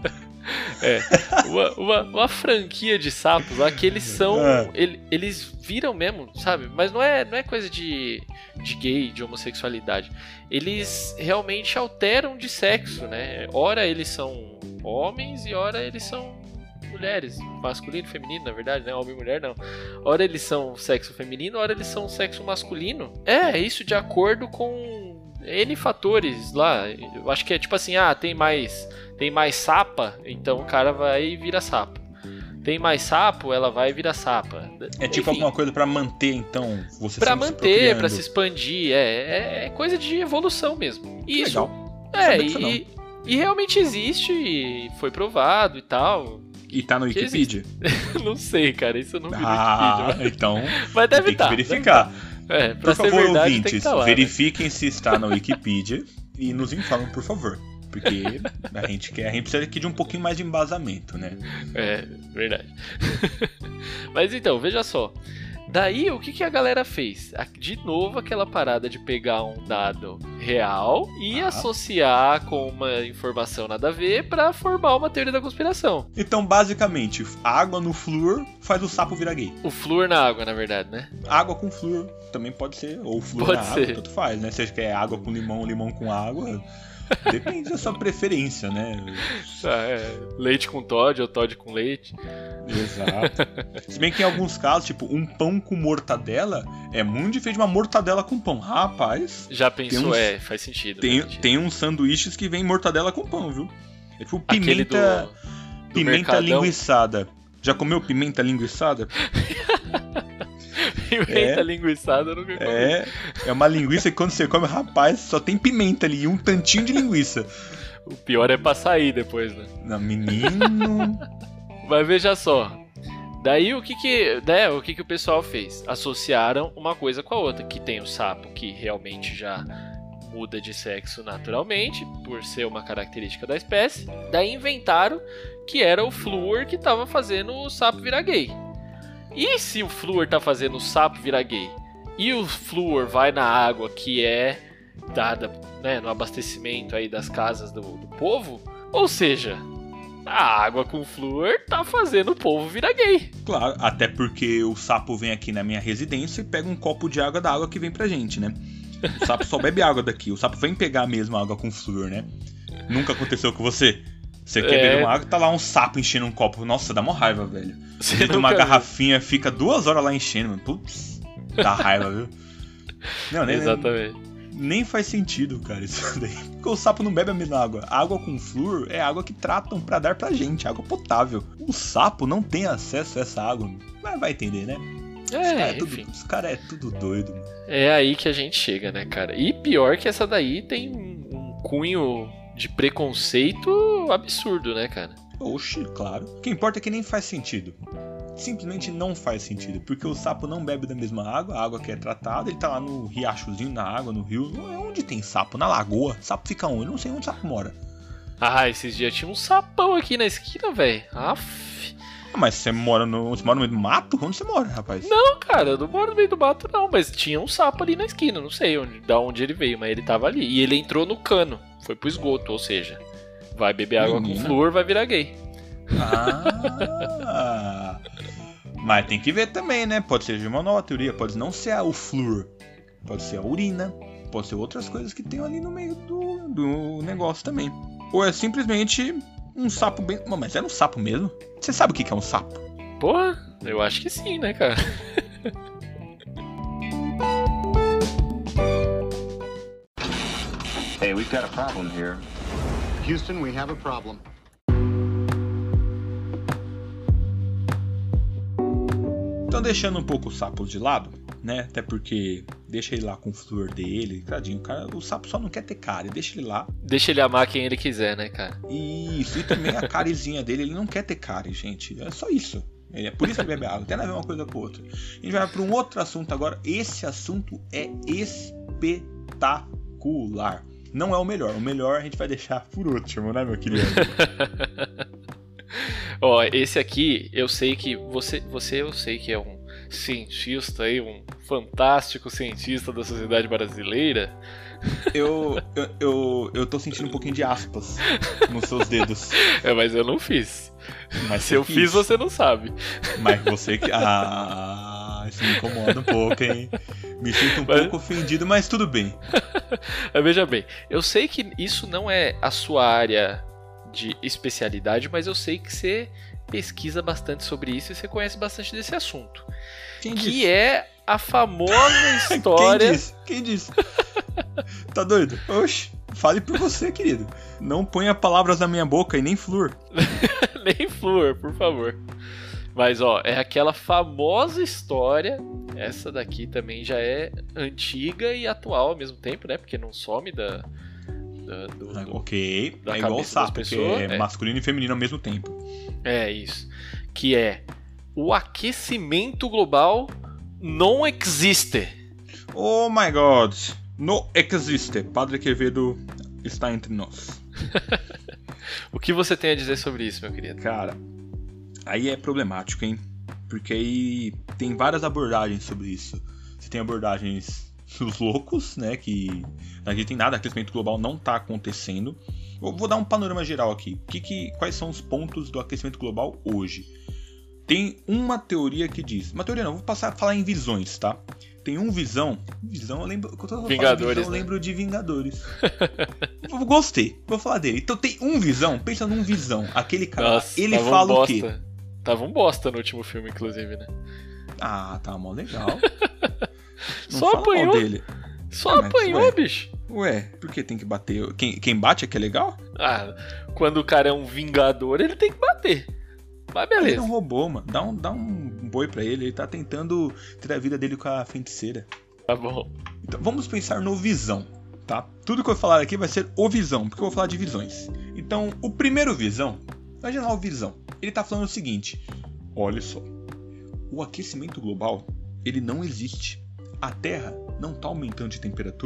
É, uma, uma, uma franquia de sapos lá que eles são. É. ele- eles viram mesmo, sabe? Mas não é, não é coisa de, de gay, de homossexualidade. Eles realmente alteram de sexo, né? Ora eles são homens e ora eles são mulheres. Masculino e feminino, na verdade, né? Homem e mulher não. Ora eles são sexo feminino, ora eles são sexo masculino. É, isso de acordo com N fatores lá. Eu acho que é tipo assim, ah, tem mais. Tem mais sapa, então o cara vai e vira sapo. Tem mais sapo, ela vai e vira sapa. É tipo Enfim, alguma coisa pra manter, então, você pra sempre se manter, procriando. pra se expandir, é, é, é coisa de evolução mesmo. Que Isso. legal. É, Sabia disso e, e realmente existe, e foi provado e tal. E tá no Que Wikipedia? Não sei, cara, isso eu não vi no Ah, Wikipedia. então Mas deve tem que estar. verificar. É, pra Por ser favor, verdade tem que ouvintes, estar lá. né? verifiquem se está na Wikipedia e nos informem, por favor. Porque a gente quer, a gente precisa aqui de um pouquinho mais de embasamento, né? É, verdade. Mas então, veja só. Daí, o que, que a galera fez? A- De novo, aquela parada de pegar um dado real e Ah. associar com uma informação nada a ver pra formar uma teoria da conspiração. Então, basicamente, água no flúor faz o sapo virar gay. O flúor na água, na verdade, né? Água com flúor também pode ser, ou flúor Pode na ser. água, tanto faz, né? Seja que é água com limão, limão com água, depende da sua preferência, né? Ah, é, leite com Todd ou Todd com leite. Exato. Se bem que em alguns casos, tipo, um pão com mortadela é muito diferente de uma mortadela com pão. Rapaz, Já pensou? uns- É, faz sentido. tem, faz sentido. tem uns sanduíches que vem mortadela com pão, viu? É tipo Aquele pimenta, do, do pimenta Mercadão. linguiçada. Já comeu pimenta linguiçada? Pimenta É. linguiçada, eu nunca comi. É, é uma linguiça que quando você come, rapaz, só tem pimenta ali e um tantinho de linguiça. O pior é pra sair depois, né? Não, menino. Mas veja só. Daí o que que, né, o que que o pessoal fez? Associaram uma coisa com a outra, que tem o sapo que realmente já muda de sexo naturalmente, por ser uma característica da espécie. Daí inventaram que era o flúor que estava fazendo o sapo virar gay. E se o flúor tá fazendo o sapo virar gay e o flúor vai na água que é dada, né, no abastecimento aí das casas do, do povo, ou seja, a água com flúor tá fazendo o povo virar gay. Claro, até porque o sapo vem aqui na minha residência e pega um copo de água da água que vem pra gente, né? O sapo só bebe água daqui, o sapo vem pegar a mesma água com flúor, né? Nunca aconteceu com você? Você quer É. beber uma água, tá lá um sapo enchendo um copo. Nossa, dá mó raiva, velho. Você Você uma nunca viu. garrafinha, fica duas horas lá enchendo, mano. Putz, dá raiva, viu? Não, nem, Exatamente. nem faz sentido, cara, isso daí. Porque o sapo não bebe a mesma água. A água com flúor é água que tratam pra dar pra gente, água potável. O sapo não tem acesso a essa água, mas vai entender, né? Os caras É, é, tudo, enfim. os cara é tudo doido, mano. É aí que a gente chega, né, cara? E pior que essa daí tem um um cunho de preconceito absurdo, né, cara? Oxi, claro. O que importa é que nem faz sentido. Simplesmente não faz sentido. Porque o sapo não bebe da mesma água, a água que é tratada, ele tá lá no riachozinho, na água, no rio. Onde tem sapo? Na lagoa? Sapo fica onde? Eu não sei onde o sapo mora. Ah, esses dias tinha um sapão aqui na esquina, velho. Aff. Ah, mas você mora no. Você mora no meio do mato? Onde você mora, rapaz? Não, cara, eu não moro no meio do mato, não. Mas tinha um sapo ali na esquina. Não sei onde, da onde ele veio, mas ele tava ali. E ele entrou no cano. Foi pro esgoto, ou seja, vai beber água Menina. com flúor, vai virar gay. Ah. Mas tem que ver também, né? Pode ser de uma nova teoria, pode não ser o flúor, pode ser a urina, pode ser outras coisas que tem ali no meio do, do negócio também. Ou é simplesmente um sapo bem. Mas era um sapo mesmo? Você sabe o que é um sapo? Porra, eu acho que sim, né, cara? Hey, we've got a problem here. Houston, we have a problem. Então, deixando um pouco os sapos de lado, né? Até porque deixa ele lá com o flúor dele, tadinho, cara, o sapo só não quer ter cárie, deixa ele lá. Deixa ele amar quem ele quiser, né, cara? Isso, e também a carizinha dele, ele não quer ter cárie, gente. É só isso. É por isso que ele bebe água, tem nada a ver uma coisa com a outra. A gente vai para um outro assunto agora. Esse assunto é espetacular. Não é o melhor, o melhor a gente vai deixar por último, né, meu querido? Ó, esse aqui, eu sei que você, você eu sei que é um cientista aí, um fantástico cientista da sociedade brasileira. Eu, eu, eu, eu tô sentindo um pouquinho de aspas nos seus dedos. É, mas eu não fiz. Mas Se você eu quis. fiz, você não sabe. Mas você que. Ah, isso me incomoda um pouco, hein? Me sinto um Mas- pouco ofendido, mas tudo bem. Mas veja bem, eu sei que isso não é a sua área de especialidade, mas eu sei que você pesquisa bastante sobre isso e você conhece bastante desse assunto. Quem Que disse? é a famosa história... Quem disse? Quem disse? Tá doido? Oxe, fale por você, querido. Não ponha palavras na minha boca e nem flúor. Nem flúor, por favor. Mas ó, é aquela famosa história. Essa daqui também já é antiga e atual ao mesmo tempo, né? Porque não some da, da- do, do- Ok, da é igual o cabeça das sapo, que pessoas, é, é. masculino e feminino ao mesmo tempo. É isso. Que é o aquecimento global não existe. Oh my god, não existe. Padre Quevedo está entre nós. O que você tem a dizer sobre isso, meu querido? Cara, aí é problemático, hein? Porque aí tem várias abordagens sobre isso. Você tem abordagens dos loucos, né? Que não acreditam em nada, aquecimento global não está acontecendo. Eu vou dar um panorama geral aqui. Que, que, quais são os pontos do aquecimento global hoje? Tem uma teoria que diz... Uma teoria não, vou passar a falar em visões, tá? Tem um visão... Visão, eu lembro... Quando eu falo Vingadores, visão, eu né? lembro de Vingadores. Eu gostei, vou falar dele. Então tem um visão, pensa num visão. Aquele cara, Nossa, ele tava um fala o bosta. quê? Tava um bosta no último filme, inclusive, né? Ah, tá mó legal. Não Só fala mal apanhou. dele. Só Ah, mas, apanhou, ué. bicho. Ué, por que tem que bater? Quem, quem bate é que é legal? Ah, quando o cara é um vingador, ele tem que bater. Mas Ele beleza. é um robô, mano. Dá um, dá um boi pra ele. Ele tá tentando ter a vida dele com a feiticeira. Tá bom. Então vamos pensar no visão, tá? Tudo que eu falar aqui vai ser o visão, porque eu vou falar de visões. Então, o primeiro visão, imagina lá o visão. Ele tá falando o seguinte: olha só, o aquecimento global, ele não existe. A Terra não tá aumentando de temperatura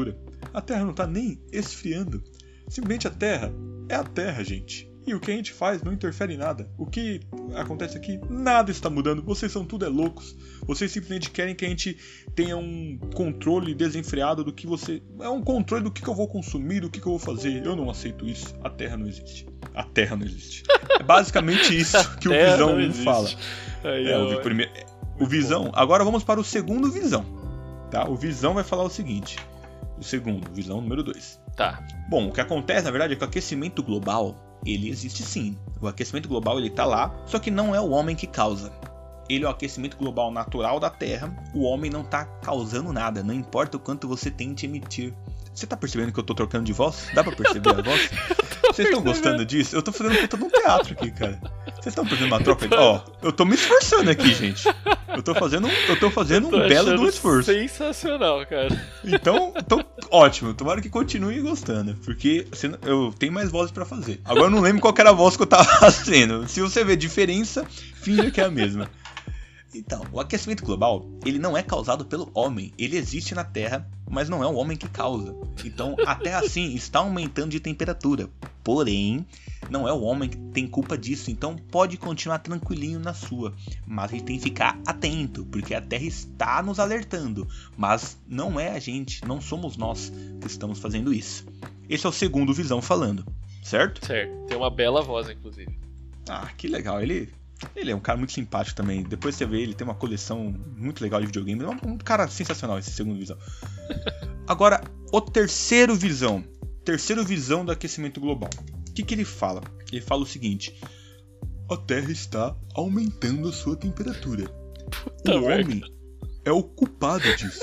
A Terra não tá nem esfriando. Simplesmente a Terra é a Terra, gente. E o que a gente faz não interfere em nada. O que acontece aqui, nada está mudando. Vocês são tudo é loucos. Vocês simplesmente querem que a gente tenha um controle desenfreado do que você... É um controle do que eu vou consumir, do que eu vou fazer. Eu não aceito isso. A Terra não existe. A Terra não existe. É basicamente isso que o Visão um fala. Aí, é, o, primeiro, o Visão... Agora vamos para o segundo Visão. Tá? O Visão vai falar o seguinte. O segundo, Visão número dois. Tá. Bom, o que acontece, na verdade, é que o aquecimento global... Ele existe sim. O aquecimento global ele tá lá, só que não é o homem que causa. Ele é o aquecimento global natural da Terra. O homem não tá causando nada, não importa o quanto você tente emitir. Você tá percebendo que eu tô trocando de voz? Dá pra perceber a voz? Vocês estão gostando disso? Eu tô fazendo puta de um teatro aqui, cara. Vocês estão fazendo uma troca? Ó, oh, eu tô me esforçando aqui, gente. Eu tô fazendo, eu tô fazendo eu tô um belo do esforço. Sensacional, cara. Então, então, ótimo. Tomara que continue gostando, porque eu tenho mais vozes pra fazer. Agora eu não lembro qual era a voz que eu tava fazendo. Se você ver diferença, finge que é a mesma. Então, o aquecimento global, ele não é causado pelo homem. Ele existe na Terra, mas não é o homem que causa. Então, a Terra sim está aumentando de temperatura. Porém, não é o homem que tem culpa disso. Então, pode continuar tranquilinho na sua. Mas a gente tem que ficar atento, porque a Terra está nos alertando. Mas não é a gente, não somos nós que estamos fazendo isso. Esse é o segundo Visão falando, certo? Certo. Tem uma bela voz, inclusive. Ah, que legal. Ele... Ele é um cara muito simpático também. Depois você vê, ele tem uma coleção muito legal de videogame. É um cara sensacional esse segundo Visão. Agora, o terceiro Visão. Terceiro Visão do aquecimento global. O que, que ele fala? Ele fala o seguinte: a Terra está aumentando a sua temperatura. Puta o merda. homem é o culpado disso.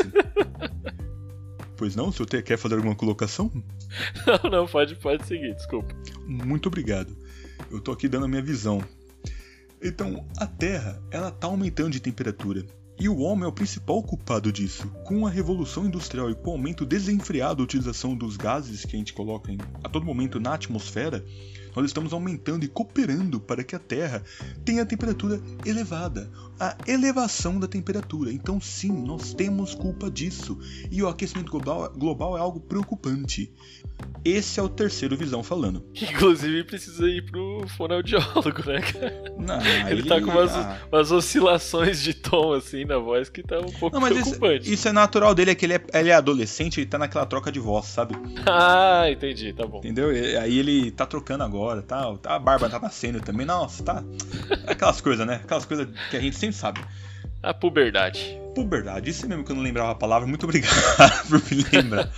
Pois não? O senhor quer fazer alguma colocação? Não, não, pode, pode seguir, desculpa. Muito obrigado. Eu tô aqui dando a minha visão. Então, a Terra, ela tá aumentando de temperatura. E o homem é o principal culpado disso. Com a revolução industrial e com o aumento desenfreado da utilização dos gases que a gente coloca em, a todo momento na atmosfera, nós estamos aumentando e cooperando para que a Terra tenha a temperatura elevada. A elevação da temperatura. Então sim, nós temos culpa disso. E o aquecimento global, global é algo preocupante. Esse é o terceiro Visão falando. Inclusive precisa ir pro fonoaudiólogo, né, cara? Não, ele, ele tá com umas, ah. umas oscilações de tom assim na voz que tá um pouco Não, mas preocupante. Isso, isso é natural dele, é que ele é, ele é adolescente, ele tá naquela troca de voz, sabe? Ah, entendi, tá bom. Entendeu? E, aí ele tá trocando agora, tá? A barba tá nascendo também, nossa, tá? Aquelas coisas, né? Aquelas coisas que a gente sempre sabe. A puberdade. Puberdade, isso mesmo que eu não lembrava a palavra, muito obrigado por me lembrar.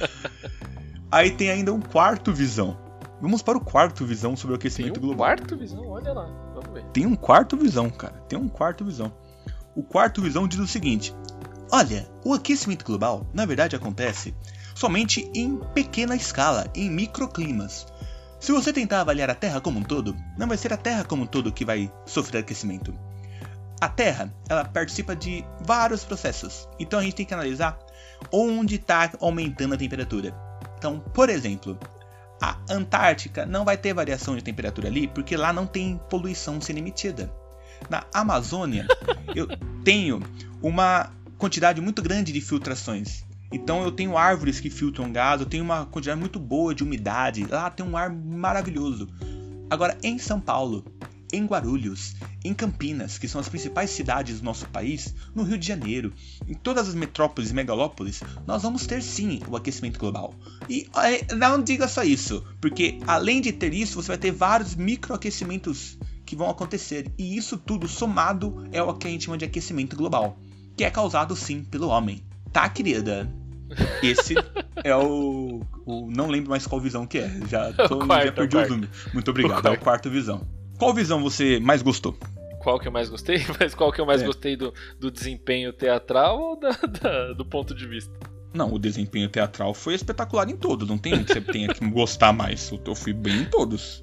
Aí tem ainda um quarto Visão. Vamos para o quarto Visão sobre o aquecimento Tem um global. quarto Visão? Olha lá, vamos ver. Tem um quarto Visão, cara. Tem um quarto Visão. O quarto Visão diz o seguinte: olha, o aquecimento global, na verdade, acontece somente em pequena escala, em microclimas. Se você tentar avaliar a Terra como um todo, não vai ser a Terra como um todo que vai sofrer aquecimento. A Terra, ela participa de vários processos. Então a gente tem que analisar onde está aumentando a temperatura. Então, por exemplo, a Antártica não vai ter variação de temperatura ali, porque lá não tem poluição sendo emitida. Na Amazônia, eu tenho uma quantidade muito grande de filtrações. Então eu tenho árvores que filtram gás, eu tenho uma quantidade muito boa de umidade. Lá tem um ar maravilhoso. Agora, em São Paulo, em Guarulhos, em Campinas, que são as principais cidades do nosso país, no Rio de Janeiro, em todas as metrópoles e megalópolis, nós vamos ter sim o aquecimento global. E não diga só isso, porque além de ter isso, você vai ter vários microaquecimentos que vão acontecer. E isso tudo somado é o que a gente chama de aquecimento global, que é causado sim pelo homem. Tá, querida? Esse é o, o... Não lembro mais qual visão que é. Já, tô, quarto, já perdi é o os números. Muito obrigado. O É o quarto Visão. Qual visão você mais gostou? Qual que eu mais gostei? Mas qual que eu mais É. gostei do, do desempenho teatral ou da, da- do ponto de vista? Não, o desempenho teatral foi espetacular em todos. Não tem um que você tenha que gostar mais. Eu fui bem em todos.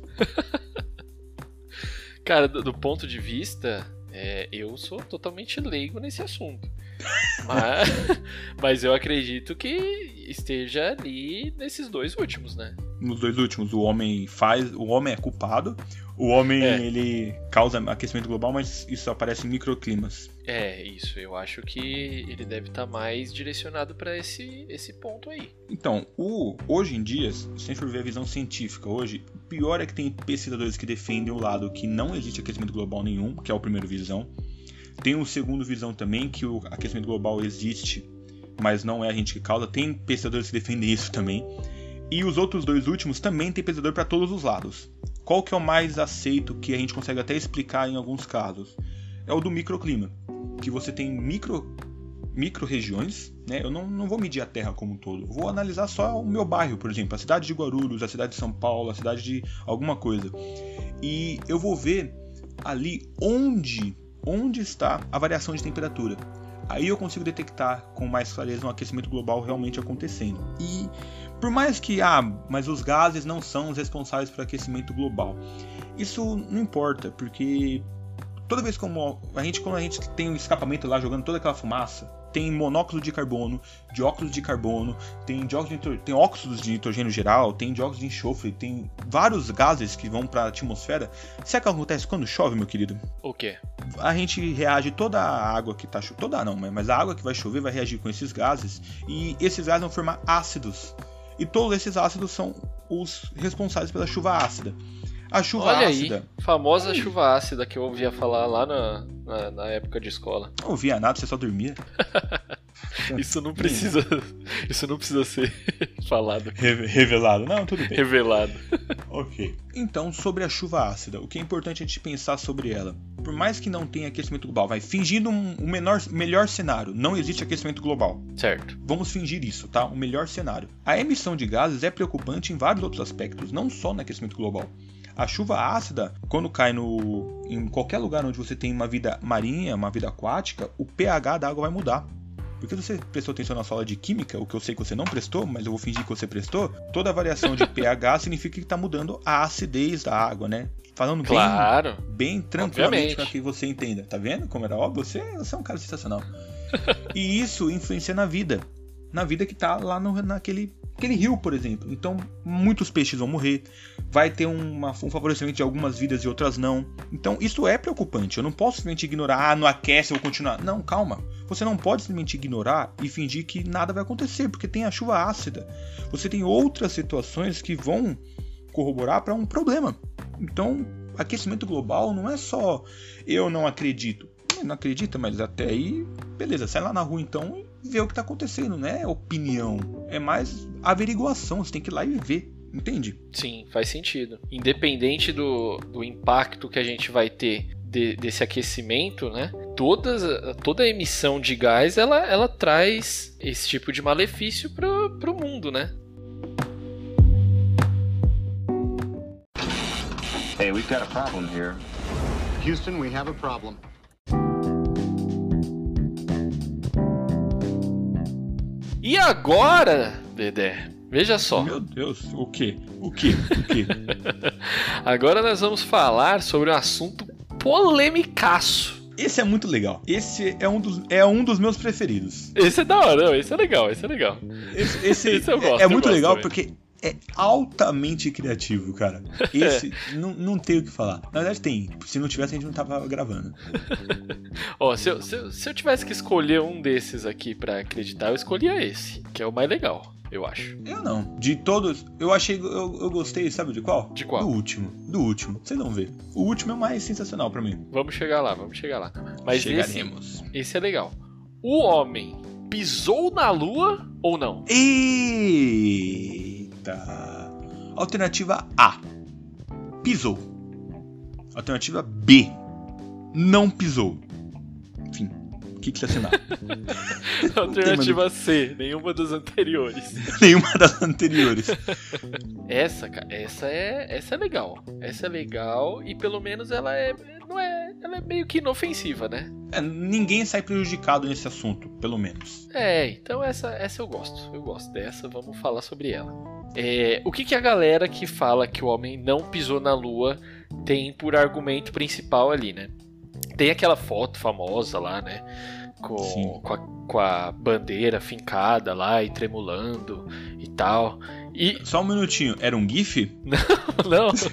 Cara, do, do ponto de vista, é, eu sou totalmente leigo nesse assunto. Mas, mas eu acredito que esteja ali nesses dois últimos, né? Nos dois últimos, o homem faz. O homem é culpado. O homem É. ele causa aquecimento global, mas isso aparece em microclimas. É, isso. Eu acho que ele deve estar mais direcionado para esse, esse ponto aí. Então, o, hoje em dia, se a gente for ver a visão científica hoje, o pior é que tem pesquisadores que defendem o lado que não existe aquecimento global nenhum, que é o primeiro visão. Tem o segundo visão também, que o aquecimento global existe, mas não é a gente que causa. Tem pesquisadores que defendem isso também. E os outros dois últimos também tem pesquisador para todos os lados. Qual que é o mais aceito, que a gente consegue até explicar em alguns casos? É o do microclima, que você tem micro, micro regiões, né? Eu não, não vou medir a Terra como um todo, eu vou analisar só o meu bairro, por exemplo, a cidade de Guarulhos, a cidade de São Paulo, a cidade de alguma coisa. E eu vou ver ali onde, onde está a variação de temperatura. Aí eu consigo detectar com mais clareza um aquecimento global realmente acontecendo. E por mais que, ah, mas os gases não são os responsáveis pelo aquecimento global, isso não importa, porque toda vez como a gente, quando a gente tem um escapamento lá jogando toda aquela fumaça, tem monóxido de carbono, dióxido de carbono, tem, dióxido de, tem óxidos de nitrogênio geral, tem dióxido de enxofre, tem vários gases que vão para a atmosfera. Sabe o que acontece quando chove, meu querido? O quê? A gente reage, toda a água que tá chovendo, toda não, mas a água que vai chover vai reagir com esses gases, e esses gases vão formar ácidos. E todos esses ácidos são os responsáveis pela chuva ácida. A chuva Olha ácida... aí, famosa aí. Chuva ácida que eu ouvia falar lá na, na, na época de escola. Não ouvia nada, você só dormia. Isso não precisa, isso não precisa ser falado. Re- revelado. Não, tudo bem. Revelado. Ok. Então, sobre a chuva ácida, o que é importante a gente pensar sobre ela? Por mais que não tenha aquecimento global, vai fingindo um, um menor, melhor cenário, não existe aquecimento global. Certo. Vamos fingir isso, tá? O melhor cenário. A emissão de gases é preocupante em vários outros aspectos, não só no aquecimento global. A chuva ácida, quando cai no, em qualquer lugar onde você tem uma vida marinha, uma vida aquática, o pH da água vai mudar. Porque você prestou atenção na sua aula de química, o que eu sei que você não prestou, mas eu vou fingir que você prestou, toda variação de pH significa que está mudando a acidez da água, né? Falando bem, claro, bem tranquilamente para que você entenda. Tá vendo como era óbvio? Você, você é um cara sensacional. E isso influencia na vida. Na vida que tá lá no, naquele aquele rio, por exemplo. Então, muitos peixes vão morrer. Vai ter uma, um favorecimento de algumas vidas e outras não. Então, isso é preocupante. Eu não posso simplesmente ignorar, ah, não aquece, eu vou continuar. Não, calma. Você não pode simplesmente ignorar e fingir que nada vai acontecer, porque tem a chuva ácida. Você tem outras situações que vão corroborar para um problema. Então, aquecimento global não é só eu não acredito. Não acredita, mas até aí, beleza, sai lá na rua então e vê o que está acontecendo, não é opinião, é mais averiguação, você tem que ir lá e ver, entende? Sim, faz sentido. Independente do, do impacto que a gente vai ter de, desse aquecimento, né? Todas, toda a emissão de gás, ela, ela traz esse tipo de malefício pro, pro mundo, né? Hey, we've got a problem here. Houston, we have a problem. E agora, Dedé, veja só. Meu Deus, o quê? O quê? O quê? Agora nós vamos falar sobre um assunto polemicaço. Esse é muito legal. Esse é um dos, é um dos meus preferidos. Esse é da hora, não, esse é legal, esse é legal. Esse, esse, esse eu gosto, é eu muito gosto legal também. porque é altamente criativo, cara. Esse não, não tem o que falar. Na verdade tem. Se não tivesse, a gente não tava gravando. Ó, se eu, se, eu, se eu tivesse que escolher um desses aqui pra acreditar, eu escolhia esse, que é o mais legal, eu acho. Eu não. De todos, eu achei. Eu, eu gostei, sabe de qual? De qual? Do último. Do último. Vocês vão ver. O último é o mais sensacional pra mim. Vamos chegar lá, vamos chegar lá. Mas Chegaremos. Esse, esse é legal. O homem pisou na lua ou não? Eita. Alternativa A. Pisou. Alternativa B. Não pisou. Enfim. O que, que você assinar? Alternativa C. Nenhuma das anteriores. Nenhuma das anteriores. Essa, cara, essa é, essa é legal. Essa é legal e pelo menos ela é, não é, ela é meio que inofensiva, né? É, ninguém sai prejudicado nesse assunto, pelo menos. É, então essa, essa eu gosto. Eu gosto dessa, vamos falar sobre ela. É, o que, que a galera que fala que o homem não pisou na lua tem por argumento principal ali, né? Tem aquela foto famosa lá, né? Com, com, a, com a bandeira fincada lá e tremulando e tal. E... Só um minutinho, era um GIF? Não, não.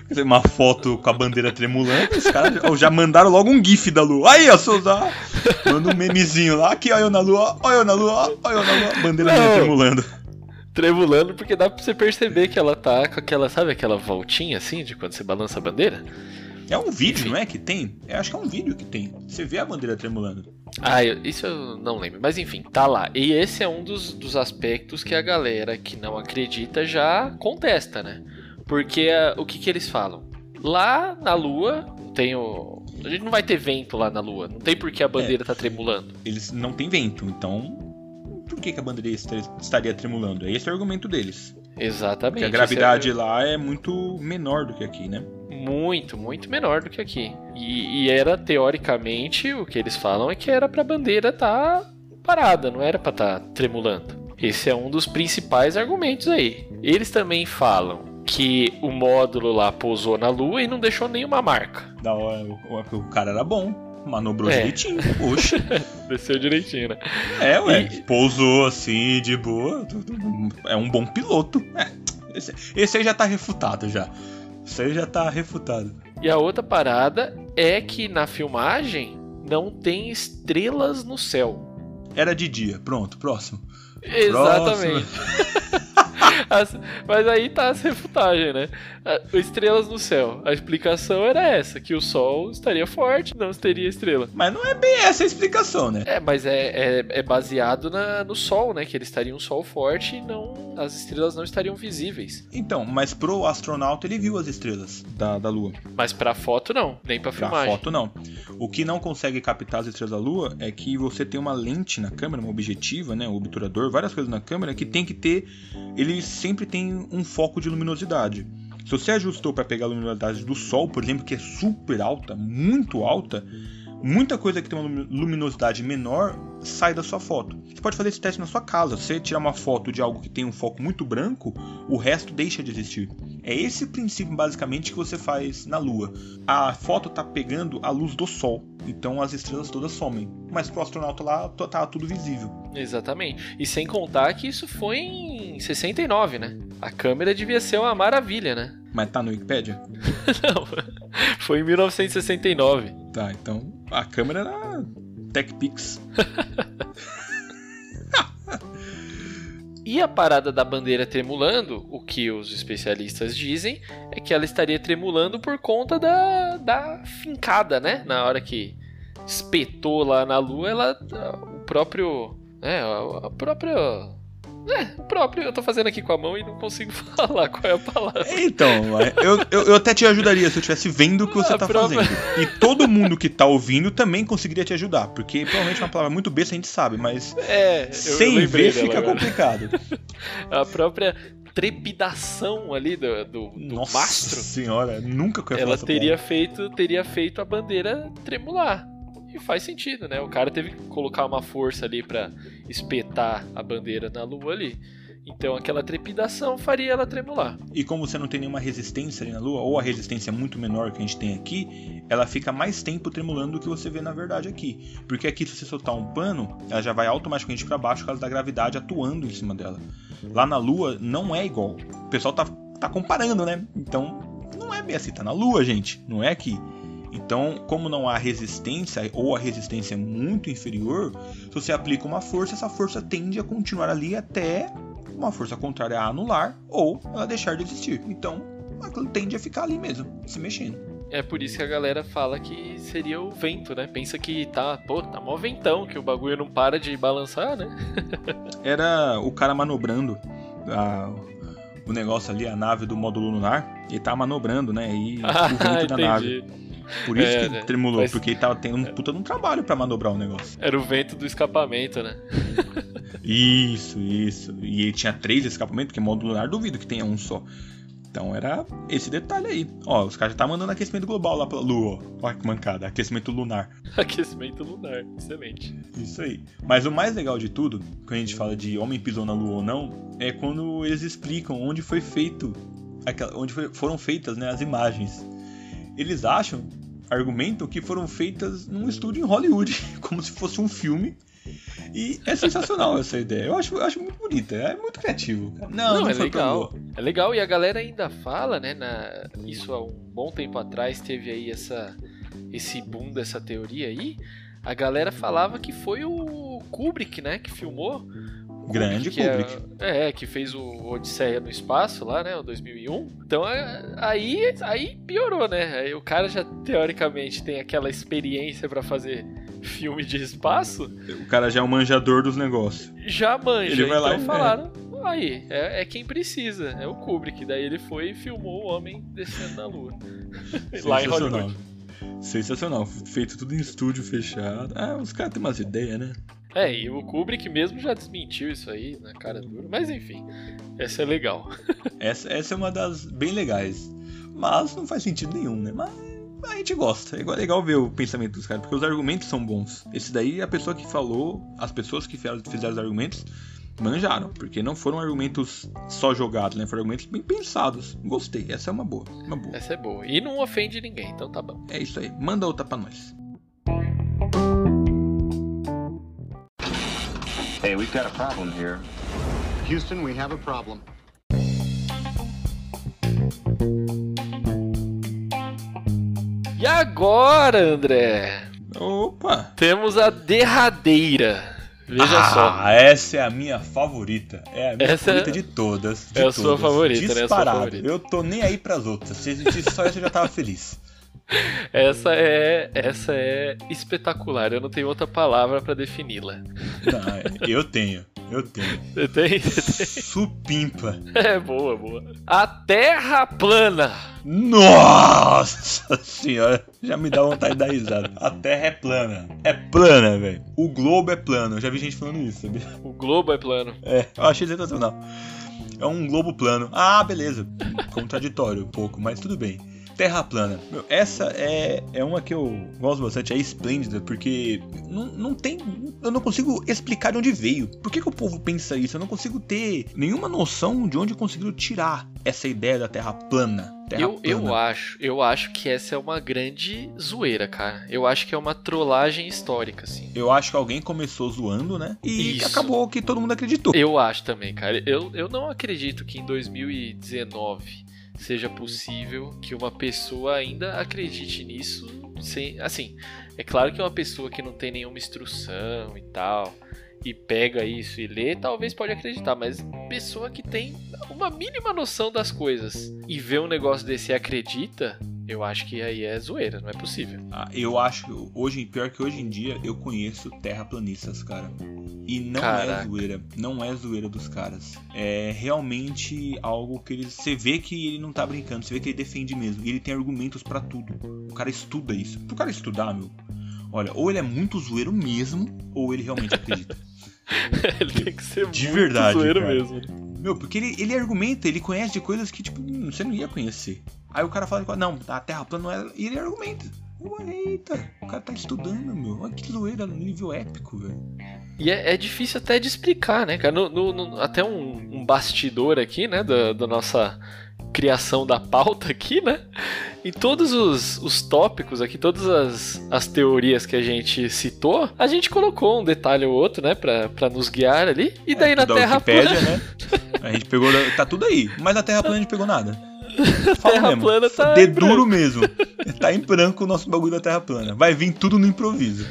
Uma foto com a bandeira tremulando, os caras já mandaram logo um gif da lua. Aí, ó, Souza, manda um memezinho lá, aqui, ó, eu na lua, ó, eu na lua, ó, eu na lua, bandeira minha tremulando. Tremulando porque dá pra você perceber que ela tá com aquela, sabe aquela voltinha assim, de quando você balança a bandeira? É um vídeo, Enfim. Não é, que tem? Eu acho que é um vídeo que tem. Você vê a bandeira tremulando. Ah, eu, isso eu não lembro, mas enfim, tá lá. E esse é um dos, dos aspectos que a galera que não acredita já contesta, né? Porque uh, o que que eles falam? Lá na Lua, tem o... a gente não vai ter vento lá na Lua, não tem por que a bandeira é. tá tremulando. Eles não tem vento, então por que, que a bandeira estaria tremulando? É esse o argumento deles. Exatamente. Porque a gravidade é... lá é muito menor do que aqui, né? Muito, muito menor do que aqui. E, e era, teoricamente, o que eles falam é que era pra bandeira estar tá parada, não era pra estar tá tremulando. Esse é um dos principais argumentos aí. Eles também falam que o módulo lá pousou na Lua e não deixou nenhuma marca. Da hora, o, o cara era bom, manobrou É. direitinho, poxa. Desceu direitinho, né? É, ué, E- pousou assim, de boa, é um bom piloto. É, esse, esse aí já tá refutado já. Isso aí já tá refutado. E a outra parada é que na filmagem não tem estrelas no céu. Era de dia, pronto, próximo. Exatamente. As- mas aí tá as refutagens, né? A- Estrelas no céu. A explicação era essa, que o Sol estaria forte, não teria estrela. Mas não é bem essa a explicação, né? É, mas é, é, é baseado na, no Sol, né? Que ele estaria um Sol forte e não, as estrelas não estariam visíveis. Então, mas pro astronauta ele viu as estrelas da, da Lua. Mas pra foto não, nem pra Pra filmagem. foto não. O que não consegue captar as estrelas da Lua é que você tem uma lente na câmera, uma objetiva, né, um obturador, várias coisas na câmera que tem que ter, ele sempre tem um foco de luminosidade. Se você ajustou para pegar a luminosidade do Sol, por exemplo, que é super alta, muito alta, muita coisa que tem uma luminosidade menor sai da sua foto. Você pode fazer esse teste na sua casa. Se você tirar uma foto de algo que tem um foco muito branco, o resto deixa de existir. É esse princípio basicamente que você faz na Lua. A foto está pegando a luz do Sol, então as estrelas todas somem. Mas pro astronauta lá tá tudo visível. Exatamente. E sem contar que isso foi em sessenta e nove, né? A câmera devia ser uma maravilha, né? Mas tá no Wikipedia? Não, foi em mil novecentos e sessenta e nove. Tá, então a câmera era TechPix. E a parada da bandeira tremulando, o que os especialistas dizem é que ela estaria tremulando por conta da, da fincada, né? Na hora que espetou lá na Lua, ela, o próprio, né? A, a própria, é, o próprio. Eu tô fazendo aqui com a mão e não consigo falar qual é a palavra. Então, eu, eu, eu até te ajudaria se eu estivesse vendo o que você A tá própria- fazendo. E todo mundo que tá ouvindo também conseguiria te ajudar. Porque provavelmente é uma palavra muito besta, a gente sabe, mas É, eu, sem eu lembrei ver dela fica agora. complicado. A própria trepidação ali do, do, do Nossa mastro. senhora, nunca que eu ia falar Ela essa teria palavra. feito, teria feito a bandeira tremular. E faz sentido, né? O cara teve que colocar uma força ali pra espetar a bandeira na Lua ali. Então aquela trepidação faria ela tremular. E como você não tem nenhuma resistência ali na Lua, ou a resistência é muito menor que a gente tem aqui, ela fica mais tempo tremulando do que você vê na verdade aqui. Porque aqui, se você soltar um pano, ela já vai automaticamente para baixo por causa da gravidade atuando em cima dela. Lá na Lua não é igual. O pessoal tá, tá comparando, né? Então não é bem assim, tá na Lua, gente, não é aqui. Então, como não há resistência, ou a resistência é muito inferior, se você aplica uma força, essa força tende a continuar ali até uma força contrária a anular, ou ela deixar de existir. Então, ela tende a ficar ali mesmo, se mexendo. É por isso que a galera fala que seria o vento, né? Pensa que tá, pô, tá mó ventão, que o bagulho não para de balançar, né? Era o cara manobrando a, o negócio ali, a nave do módulo lunar, ele tá manobrando, né? E o vento da nave. Por isso É, que né? tremulou, Mas- porque ele tava tendo um puta de um trabalho pra manobrar o negócio. Era o vento do escapamento, né? Isso, isso. E ele tinha três escapamentos, porque módulo lunar duvido que tenha um só. Então era esse detalhe aí. Ó, os caras já tá mandando aquecimento global lá pela Lua, ó. Olha que mancada, aquecimento lunar. Aquecimento lunar, excelente. Isso aí. Mas o mais legal de tudo, quando a gente fala de homem pisou na Lua ou não, é quando eles explicam onde foi feito, aquela, onde foi- foram feitas, né, as imagens. Eles acham, argumentam que foram feitas num estúdio em Hollywood, como se fosse um filme. E é sensacional essa ideia. Eu acho, eu acho muito bonita. É muito criativo. Cara. Não, não, não é foi legal. tão boa. É legal. E a galera ainda fala, né? Na... Isso há um bom tempo atrás teve aí essa... esse boom dessa teoria aí. A galera falava que foi o Kubrick, né? Que filmou. Grande que Kubrick. É, é, que fez o Odisseia no Espaço lá, né? O dois mil e um. Então aí, aí piorou, né? Aí o cara já teoricamente tem aquela experiência pra fazer filme de espaço. O cara já é um manjador dos negócios. Já manja. Ele vai então lá e falaram, aí, é, é quem precisa. É o Kubrick. Daí ele foi e filmou o homem descendo na Lua. Lá em Hollywood. Sensacional. Feito tudo em estúdio fechado. Ah, os caras têm umas ideias, né? É, e o Kubrick mesmo já desmentiu isso aí na cara dura. Mas enfim, essa é legal. Essa, essa é uma das bem legais. Mas não faz sentido nenhum, né? Mas a gente gosta. É legal ver o pensamento dos caras, porque os argumentos são bons. Esse daí, a pessoa que falou, as pessoas que fizeram os argumentos, manjaram. Porque não foram argumentos só jogados, né? Foram argumentos bem pensados. Gostei. Essa é uma boa. Uma boa. Essa é boa. E não ofende ninguém, então tá bom. É isso aí. Manda outra pra nós. Hey, we've got a problem here. Houston, we have a problem. E agora, André? Opa! Temos a derradeira. Veja ah, só. Ah, essa é a minha favorita. É a minha essa favorita é... de todas. De é a todas. sua favorita, Disparado. né? A sua favorita. Eu tô nem aí pras outras. Se existisse só essa, eu já tava feliz. Essa é, essa é espetacular. Eu não tenho outra palavra pra defini-la. Não, eu tenho. Eu tenho. Você tem? Você tem? Supimpa. É boa, boa. A Terra plana. Nossa senhora, já me dá vontade de dar risada. A Terra é plana. É plana, velho. O globo é plano. Eu já vi gente falando isso, sabia? O globo é plano. É, eu achei sensacional. É um globo plano. Ah, beleza. Contraditório um pouco, mas tudo bem. Terra plana. Meu, essa é, é uma que eu gosto bastante, é esplêndida, porque não, não tem. Eu não consigo explicar de onde veio. Por que, que o povo pensa isso? Eu não consigo ter nenhuma noção de onde conseguiram tirar essa ideia da Terra plana. Terra Eu, plana. eu acho, eu acho que essa é uma grande zoeira, cara. Eu acho que é uma trollagem histórica, assim. Eu acho que alguém começou zoando, né? E Isso. acabou que todo mundo acreditou. Eu acho também, cara. Eu, eu não acredito que em dois mil e dezenove seja possível que uma pessoa ainda acredite nisso sem, assim, é claro que uma pessoa que não tem nenhuma instrução e tal, e pega isso e lê, talvez pode acreditar, mas pessoa que tem uma mínima noção das coisas e vê um negócio desse e acredita, eu acho que aí é zoeira, não é possível. Ah, eu acho, hoje, pior que hoje em dia, eu conheço terraplanistas, cara. E não Caraca. é zoeira, não é zoeira dos caras. É realmente algo que ele, você vê que ele não tá brincando, você vê que ele defende mesmo. E ele tem argumentos pra tudo. O cara estuda isso. Pro cara estudar, meu, olha, ou ele é muito zoeiro mesmo, ou ele realmente acredita. Ele tem que ser De muito verdade, zoeiro cara. mesmo. Meu, porque ele, ele argumenta, ele conhece de coisas que, tipo, você não ia conhecer. Aí o cara fala, não, a Terra plana não é... E ele argumenta. Eita, o cara tá estudando, meu. Olha que zoeira, no nível épico, velho. E é, é difícil até de explicar, né, cara? No, no, no, até um, um bastidor aqui, né, da, da nossa criação da pauta aqui, né? Em todos os, os tópicos aqui, todas as, as teorias que a gente citou, a gente colocou um detalhe ou outro, né, pra, pra nos guiar ali. E daí é, na Terra plana... né? A gente pegou... Tá tudo aí. Mas na Terra plana a gente pegou nada. Fala Terra mesmo. plana tá De em duro branco. mesmo. Tá em branco o nosso bagulho da Terra plana. Vai vir tudo no improviso.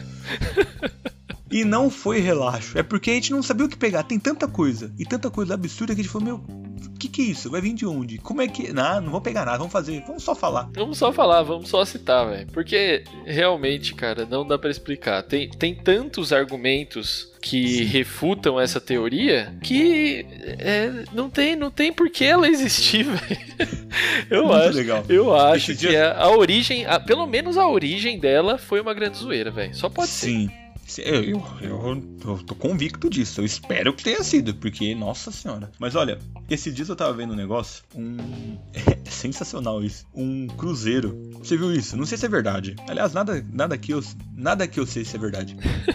E não foi relaxo. É porque a gente não sabia o que pegar. Tem tanta coisa. E tanta coisa absurda que a gente falou, meu, o que que é isso? Vai vir de onde? Como é que... Não, não vou pegar nada. Vamos fazer. Vamos só falar. Vamos só falar, vamos só citar, velho. Porque realmente, cara, não dá pra explicar. Tem, tem tantos argumentos que refutam essa teoria que é, não tem, não tem por que ela existir, velho. Eu Muito acho, legal. eu acho Esse que dia- a, a origem, a- pelo menos a origem dela foi uma grande zoeira, velho. Só pode ser. Sim. Eu, eu, eu, eu tô convicto disso. Eu espero que tenha sido, porque, nossa senhora. Mas olha, esses dias eu tava vendo um negócio, um... É sensacional isso. Um cruzeiro. Você viu isso? Não sei se é verdade. Aliás, nada, nada, que, eu, nada que eu sei se é verdade.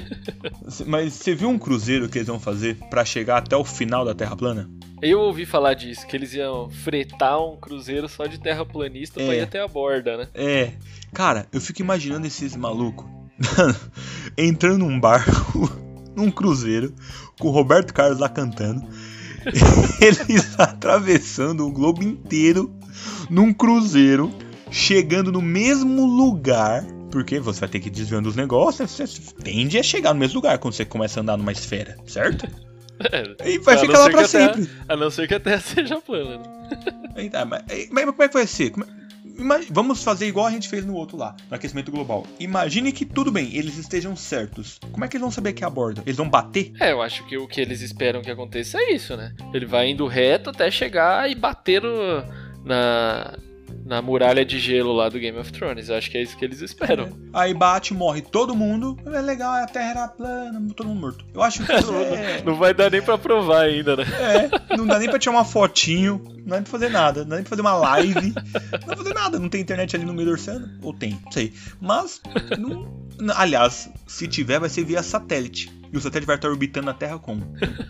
Mas você viu um cruzeiro que eles vão fazer pra chegar até o final da Terra plana? Eu ouvi falar disso, que eles iam fretar um cruzeiro só de terraplanista pra É. ir até a borda, né? É. Cara, eu fico imaginando esses malucos entrando num barco num cruzeiro, com o Roberto Carlos lá cantando. Eles atravessando o globo inteiro num cruzeiro, chegando no mesmo lugar, porque você vai ter que ir desviando os negócios, você tende a chegar no mesmo lugar quando você começa a andar numa esfera, certo? É, e vai ficar lá pra sempre. Terra, a não ser que a Terra seja plana. Né? Tá, mas, mas como é que vai ser? Como é... Vamos fazer igual a gente fez no outro lá, no aquecimento global. Imagine que tudo bem, eles estejam certos. Como é que eles vão saber que é a borda? Eles vão bater? É, eu acho que o que eles esperam que aconteça é isso, né? Ele vai indo reto até chegar e bater no, na, na muralha de gelo lá do Game of Thrones. Eu acho que é isso que eles esperam. É. Aí bate, morre todo mundo. É legal, a Terra era plana, todo mundo morto. Eu acho que isso é... Não vai dar nem pra provar ainda, né? É, não dá nem pra tirar uma fotinho. Não dá nem pra fazer nada, não dá nem pra fazer uma live. Não dá pra fazer nada, não tem internet ali no meio do oceano. Ou tem, não sei. Mas, não... aliás, se tiver vai ser via satélite. E o satélite vai estar orbitando a Terra como?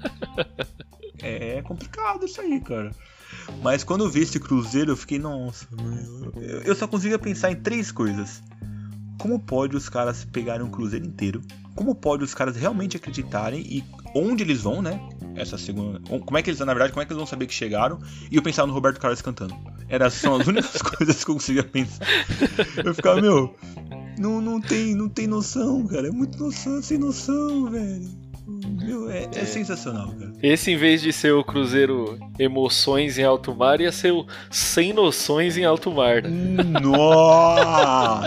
É complicado isso aí, cara. Mas quando eu vi esse cruzeiro eu fiquei, nossa, eu só conseguia pensar em três coisas. Como pode os caras pegarem um cruzeiro inteiro? Como pode os caras realmente acreditarem e onde eles vão, né? Essa segunda, como é que eles, na verdade, como é que eles vão saber que chegaram? E eu pensava no Roberto Carlos cantando. Essas são as únicas coisas que eu conseguia pensar. Eu ficava, meu, não, não, tem, não tem noção, cara. É muito noção, sem noção, velho. Meu, é, é sensacional, cara. Esse, em vez de ser o cruzeiro Emoções em Alto Mar, ia ser o Sem Noções em Alto Mar. Né? Nossa!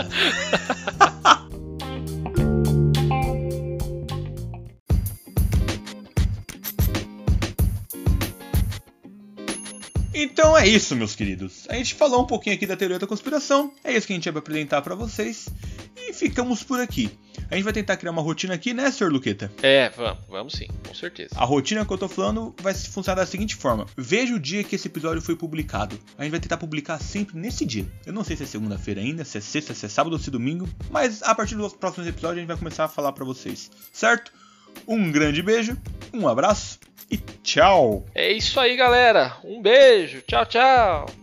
Então é isso, meus queridos. A gente falou um pouquinho aqui da teoria da conspiração. É isso que a gente ia apresentar pra vocês. E ficamos por aqui. A gente vai tentar criar uma rotina aqui, né, senhor Luqueta? É, vamos, vamos sim, com certeza. A rotina que eu tô falando vai funcionar da seguinte forma. Veja o dia que esse episódio foi publicado. A gente vai tentar publicar sempre nesse dia. Eu não sei se é segunda-feira ainda, se é sexta, se é sábado ou se é domingo. Mas a partir dos próximos episódios a gente vai começar a falar pra vocês. Certo? Um grande beijo, um abraço e tchau! É isso aí, galera. Um beijo. Tchau, tchau.